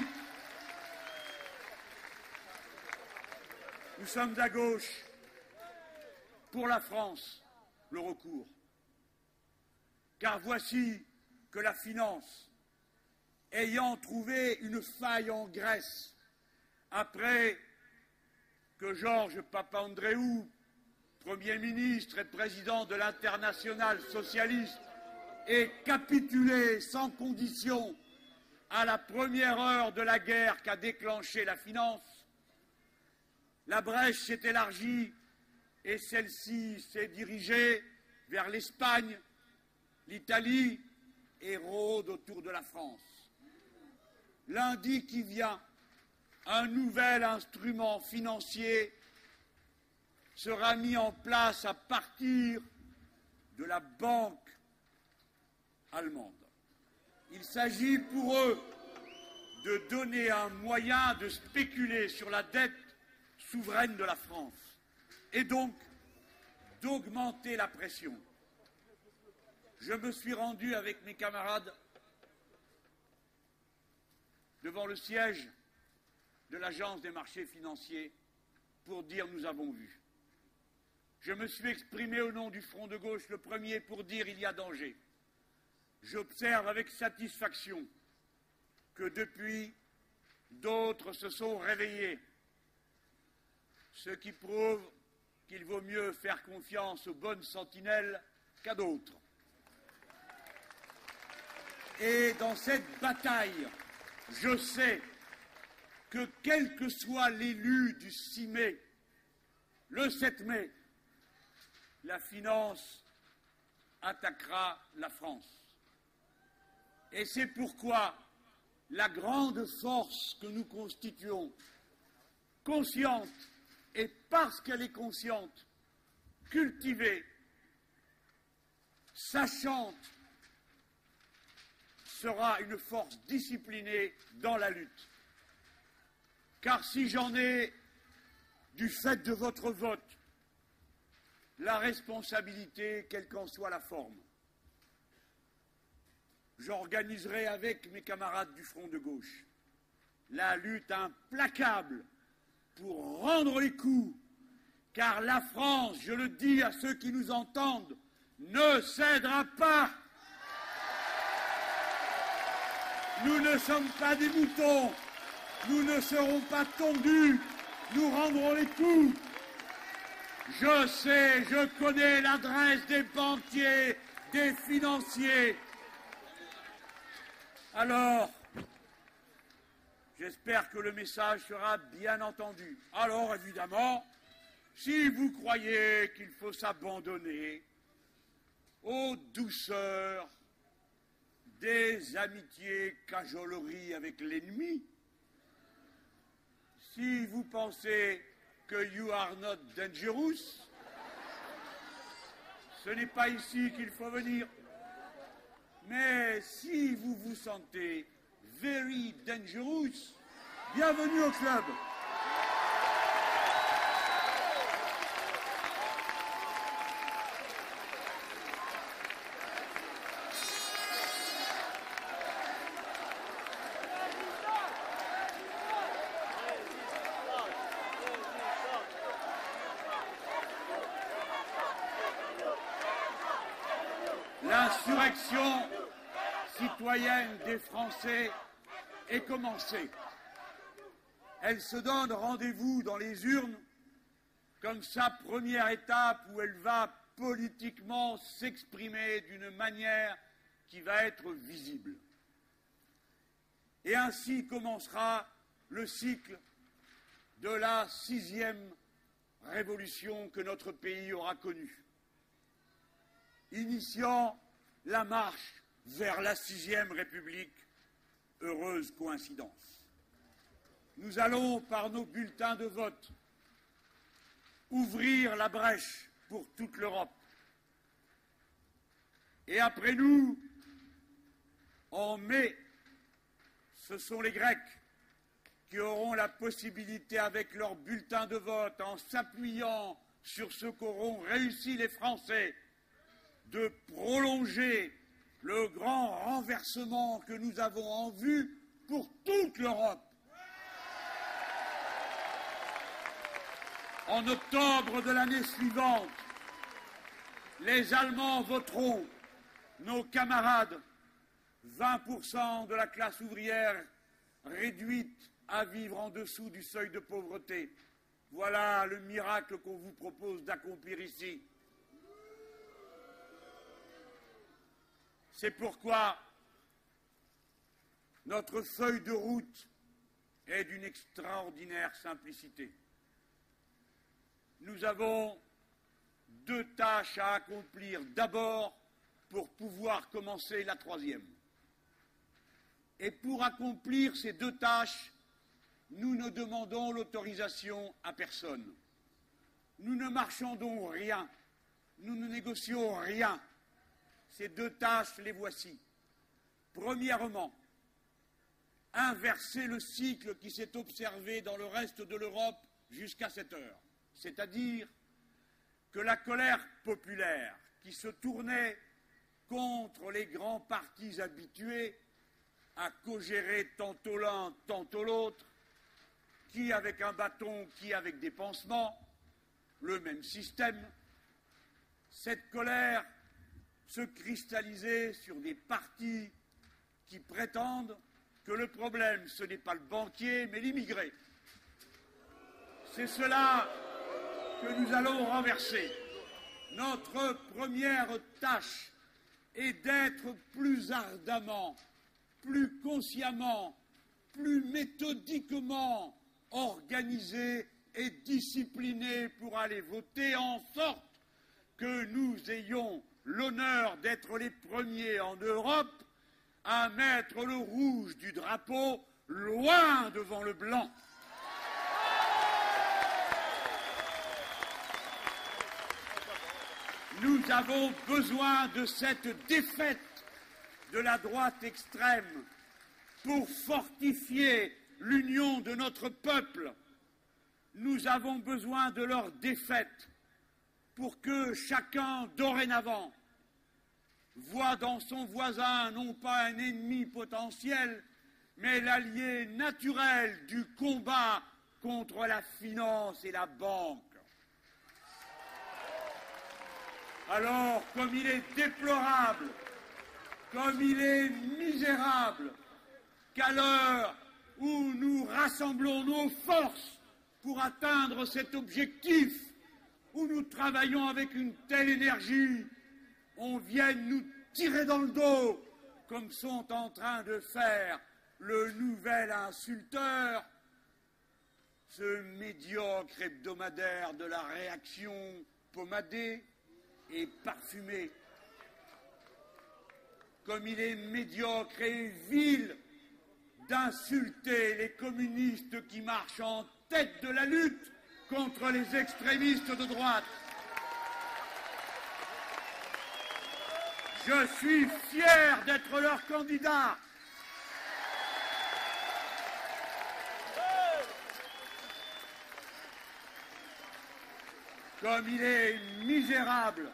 nous sommes à gauche pour la France, le recours. Car voici que la finance, ayant trouvé une faille en Grèce, après que Georges Papandréou, Premier ministre et président de l'Internationale socialiste, ait capitulé sans condition à la première heure de la guerre qu'a déclenchée la finance, la brèche s'est élargie et celle-ci s'est dirigée vers l'Espagne, l'Italie et rôde autour de la France. Lundi qui vient, un nouvel instrument financier sera mis en place à partir de la banque allemande. Il s'agit pour eux de donner un moyen de spéculer sur la dette souveraine de la France et donc d'augmenter la pression. Je me suis rendu avec mes camarades devant le siège de l'Agence des marchés financiers pour dire « nous avons vu ». Je me suis exprimé au nom du Front de gauche, le premier, pour dire « il y a danger ». J'observe avec satisfaction que depuis, d'autres se sont réveillés, ce qui prouve qu'il vaut mieux faire confiance aux bonnes sentinelles qu'à d'autres. Et dans cette bataille, je sais que quel que soit l'élu du 6 mai, le 7 mai, la finance attaquera la France. Et c'est pourquoi la grande force que nous constituons, consciente, et parce qu'elle est consciente, cultivée, sachante, sera une force disciplinée dans la lutte. Car si j'en ai, du fait de votre vote, la responsabilité, quelle qu'en soit la forme, j'organiserai avec mes camarades du Front de gauche la lutte implacable pour rendre les coups, car la France, je le dis à ceux qui nous entendent, ne cédera pas. Nous ne sommes pas des moutons, nous ne serons pas tondus, nous rendrons les coups. Je sais, je connais l'adresse des banquiers, des financiers. Alors, J'espère que le message sera bien entendu. Alors, évidemment, si vous croyez qu'il faut s'abandonner aux douceurs des amitiés cajoleries avec l'ennemi, si vous pensez que you are not dangerous, ce n'est pas ici qu'il faut venir. Mais si vous vous sentez very dangerous, bienvenue au club. L'insurrection citoyenne des Français est commencée. Elle se donne rendez-vous dans les urnes comme sa première étape où elle va politiquement s'exprimer d'une manière qui va être visible. Et ainsi commencera le cycle de la 6e révolution que notre pays aura connue, initiant la marche vers la 6e République. Heureuse coïncidence. Nous allons, par nos bulletins de vote, ouvrir la brèche pour toute l'Europe. Et après nous, en mai, ce sont les Grecs qui auront la possibilité, avec leurs bulletins de vote, en s'appuyant sur ce qu'auront réussi les Français, de prolonger le grand renversement que nous avons en vue pour toute l'Europe. En octobre de l'année suivante, les Allemands voteront, nos camarades, 20% de la classe ouvrière réduite à vivre en dessous du seuil de pauvreté. Voilà le miracle qu'on vous propose d'accomplir ici. C'est pourquoi notre feuille de route est d'une extraordinaire simplicité. Nous avons 2 tâches à accomplir. D'abord, pour pouvoir commencer la 3e. Et pour accomplir ces 2 tâches, nous ne demandons l'autorisation à personne. Nous ne marchandons rien. Nous ne négocions rien. Ces 2 tâches, les voici. Premièrement, inverser le cycle qui s'est observé dans le reste de l'Europe jusqu'à cette heure. C'est-à-dire que la colère populaire qui se tournait contre les grands partis habitués à co-gérer tantôt l'un, tantôt l'autre, qui avec un bâton, qui avec des pansements, le même système, cette colère se cristalliser sur des partis qui prétendent que le problème, ce n'est pas le banquier, mais l'immigré. C'est cela que nous allons renverser. Notre première tâche est d'être plus ardemment, plus consciemment, plus méthodiquement organisés et disciplinés pour aller voter, en sorte que nous ayons l'honneur d'être les premiers en Europe à mettre le rouge du drapeau loin devant le blanc. Nous avons besoin de cette défaite de la droite extrême pour fortifier l'union de notre peuple. Nous avons besoin de leur défaite pour que chacun, dorénavant, voit dans son voisin non pas un ennemi potentiel, mais l'allié naturel du combat contre la finance et la banque. Alors, comme il est déplorable, comme il est misérable, qu'à l'heure où nous rassemblons nos forces pour atteindre cet objectif, où nous travaillons avec une telle énergie, on vienne nous tirer dans le dos, comme sont en train de faire le nouvel insulteur, ce médiocre hebdomadaire de la réaction pommadé et parfumé, comme il est médiocre et vil d'insulter les communistes qui marchent en tête de la lutte contre les extrémistes de droite. Je suis fier d'être leur candidat. Comme il est misérable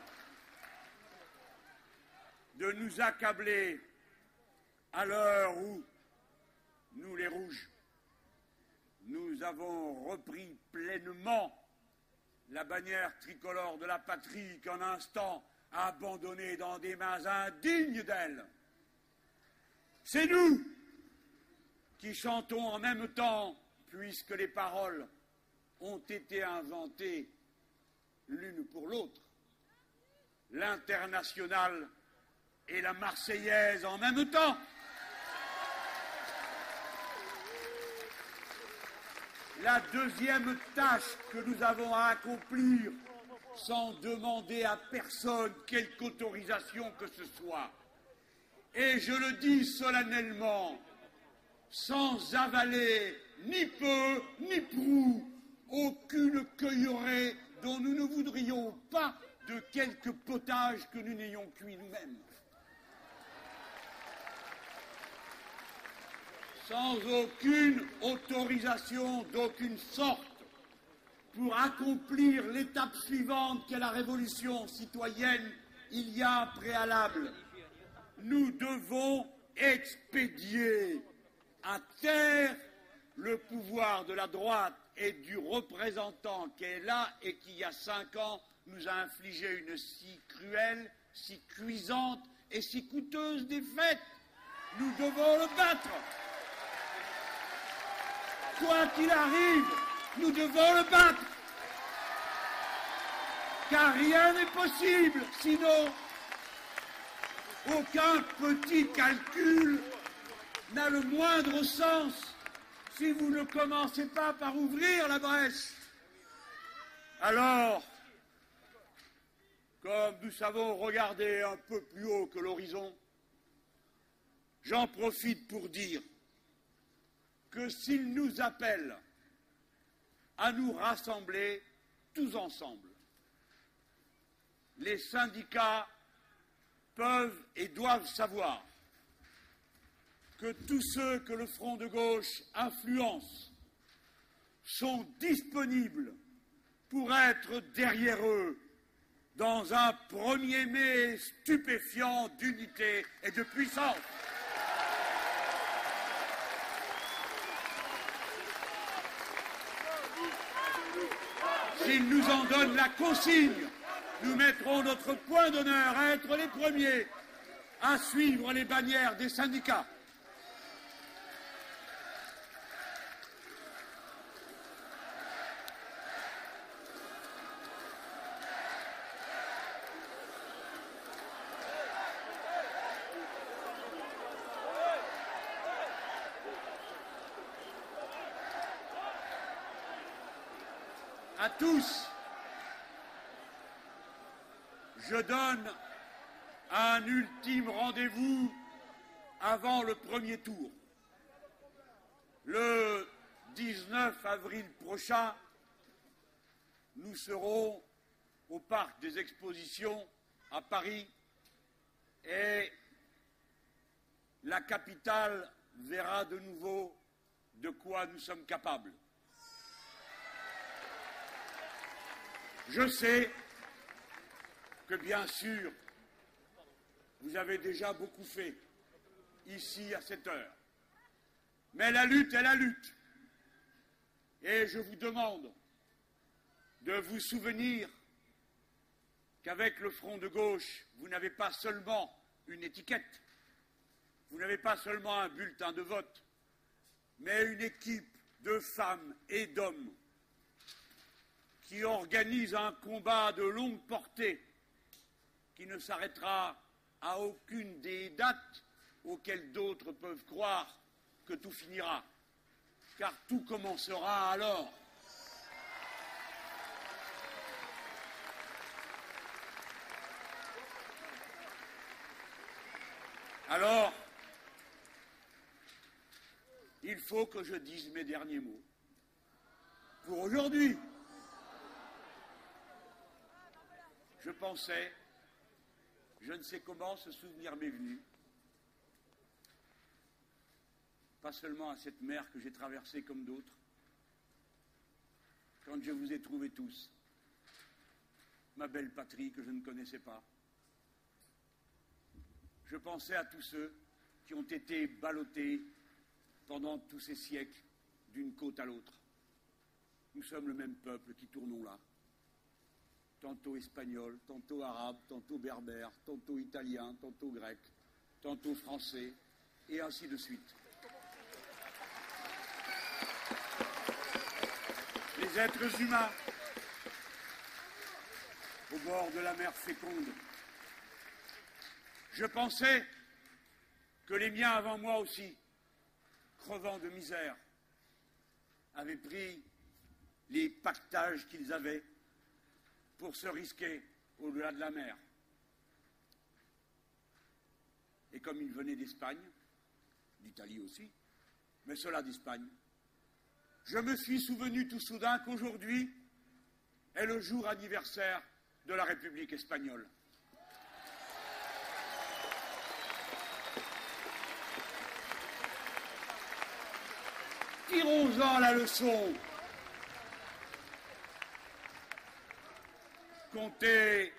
de nous accabler à l'heure où nous, les Rouges, nous avons repris pleinement la bannière tricolore de la patrie qu'un instant a abandonnée dans des mains indignes d'elle. C'est nous qui chantons en même temps, puisque les paroles ont été inventées l'une pour l'autre, l'Internationale et la Marseillaise en même temps. La deuxième tâche que nous avons à accomplir, sans demander à personne quelque autorisation que ce soit, et je le dis solennellement, sans avaler ni peu ni prou aucune cueillerée dont nous ne voudrions pas de quelque potage que nous n'ayons cuit nous-mêmes. Sans aucune autorisation d'aucune sorte pour accomplir l'étape suivante qu'est la révolution citoyenne, il y a un préalable. Nous devons expédier à terre le pouvoir de la droite et du représentant qui est là et qui, il y a 5 ans, nous a infligé une si cruelle, si cuisante et si coûteuse défaite. Nous devons le battre. Quoi qu'il arrive, nous devons le battre. Car rien n'est possible, sinon aucun petit calcul n'a le moindre sens si vous ne commencez pas par ouvrir la brèche. Alors, comme nous savons regarder un peu plus haut que l'horizon, j'en profite pour dire que s'il nous appelle à nous rassembler tous ensemble, les syndicats peuvent et doivent savoir que tous ceux que le Front de gauche influence sont disponibles pour être derrière eux dans un 1er mai stupéfiant d'unité et de puissance. S'ils nous en donnent la consigne, nous mettrons notre point d'honneur à être les premiers à suivre les bannières des syndicats. À tous, je donne un ultime rendez-vous avant le premier tour. Le 19 avril prochain, nous serons au Parc des Expositions à Paris et la capitale verra de nouveau de quoi nous sommes capables. Je sais que, bien sûr, vous avez déjà beaucoup fait, ici, à cette heure. Mais la lutte est la lutte. Et je vous demande de vous souvenir qu'avec le Front de gauche, vous n'avez pas seulement une étiquette, vous n'avez pas seulement un bulletin de vote, mais une équipe de femmes et d'hommes qui organise un combat de longue portée qui ne s'arrêtera à aucune des dates auxquelles d'autres peuvent croire que tout finira, car tout commencera alors. Alors, il faut que je dise mes derniers mots. Pour aujourd'hui, je pensais, je ne sais comment ce souvenir m'est venu, pas seulement à cette mer que j'ai traversée comme d'autres, quand je vous ai trouvés tous, ma belle patrie que je ne connaissais pas. Je pensais à tous ceux qui ont été ballottés pendant tous ces siècles d'une côte à l'autre. Nous sommes le même peuple qui tournons là, tantôt espagnol, tantôt arabe, tantôt berbère, tantôt italien, tantôt grec, tantôt français, et ainsi de suite. Les êtres humains, au bord de la mer féconde. Je pensais que les miens avant moi aussi, crevant de misère, avaient pris les pactages qu'ils avaient pour se risquer au-delà de la mer. Et comme ils venaient d'Espagne, d'Italie aussi, mais cela d'Espagne, je me suis souvenu tout soudain qu'aujourd'hui est le jour anniversaire de la République espagnole. Tirons-en la leçon. Comptez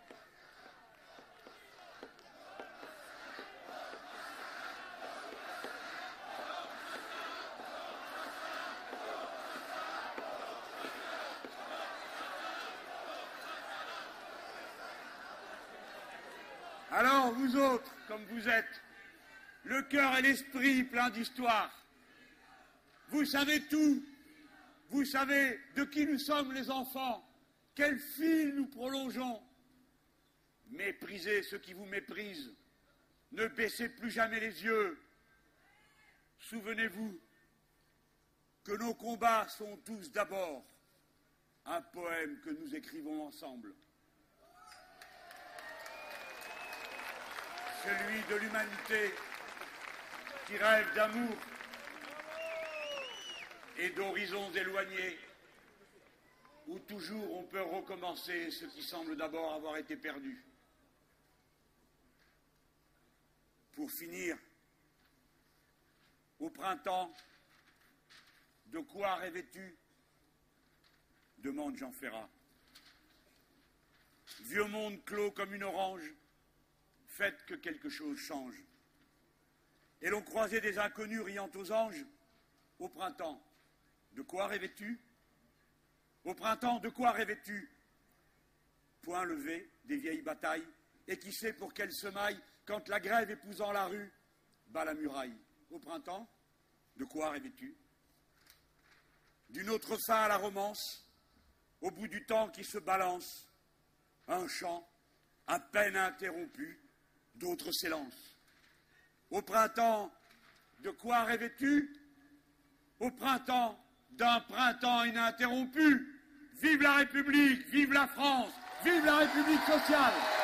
alors, vous autres, comme vous êtes, le cœur et l'esprit pleins d'histoire, vous savez tout, vous savez de qui nous sommes les enfants, quel fil nous prolongeons. Méprisez ceux qui vous méprisent, ne baissez plus jamais les yeux. Souvenez-vous que nos combats sont tous d'abord un poème que nous écrivons ensemble. Celui de l'humanité qui rêve d'amour et d'horizons éloignés, où toujours on peut recommencer ce qui semble d'abord avoir été perdu. Pour finir, au printemps, de quoi rêvais-tu ? Demande Jean Ferrat. Vieux monde clos comme une orange, faites que quelque chose change. Et l'on croisait des inconnus riant aux anges. Au printemps, de quoi rêvais-tu ? Au printemps, de quoi rêvais-tu ? Point levé, des vieilles batailles, et qui sait pour quelle semaille, quand la grève épousant la rue, bat la muraille. Au printemps, de quoi rêvais-tu ? D'une autre fin à la romance, au bout du temps qui se balance, un chant, à peine interrompu, d'autres s'élancent. Au printemps, de quoi rêvais-tu ? Au printemps, d'un printemps ininterrompu. Vive la République, vive la France, vive la République sociale.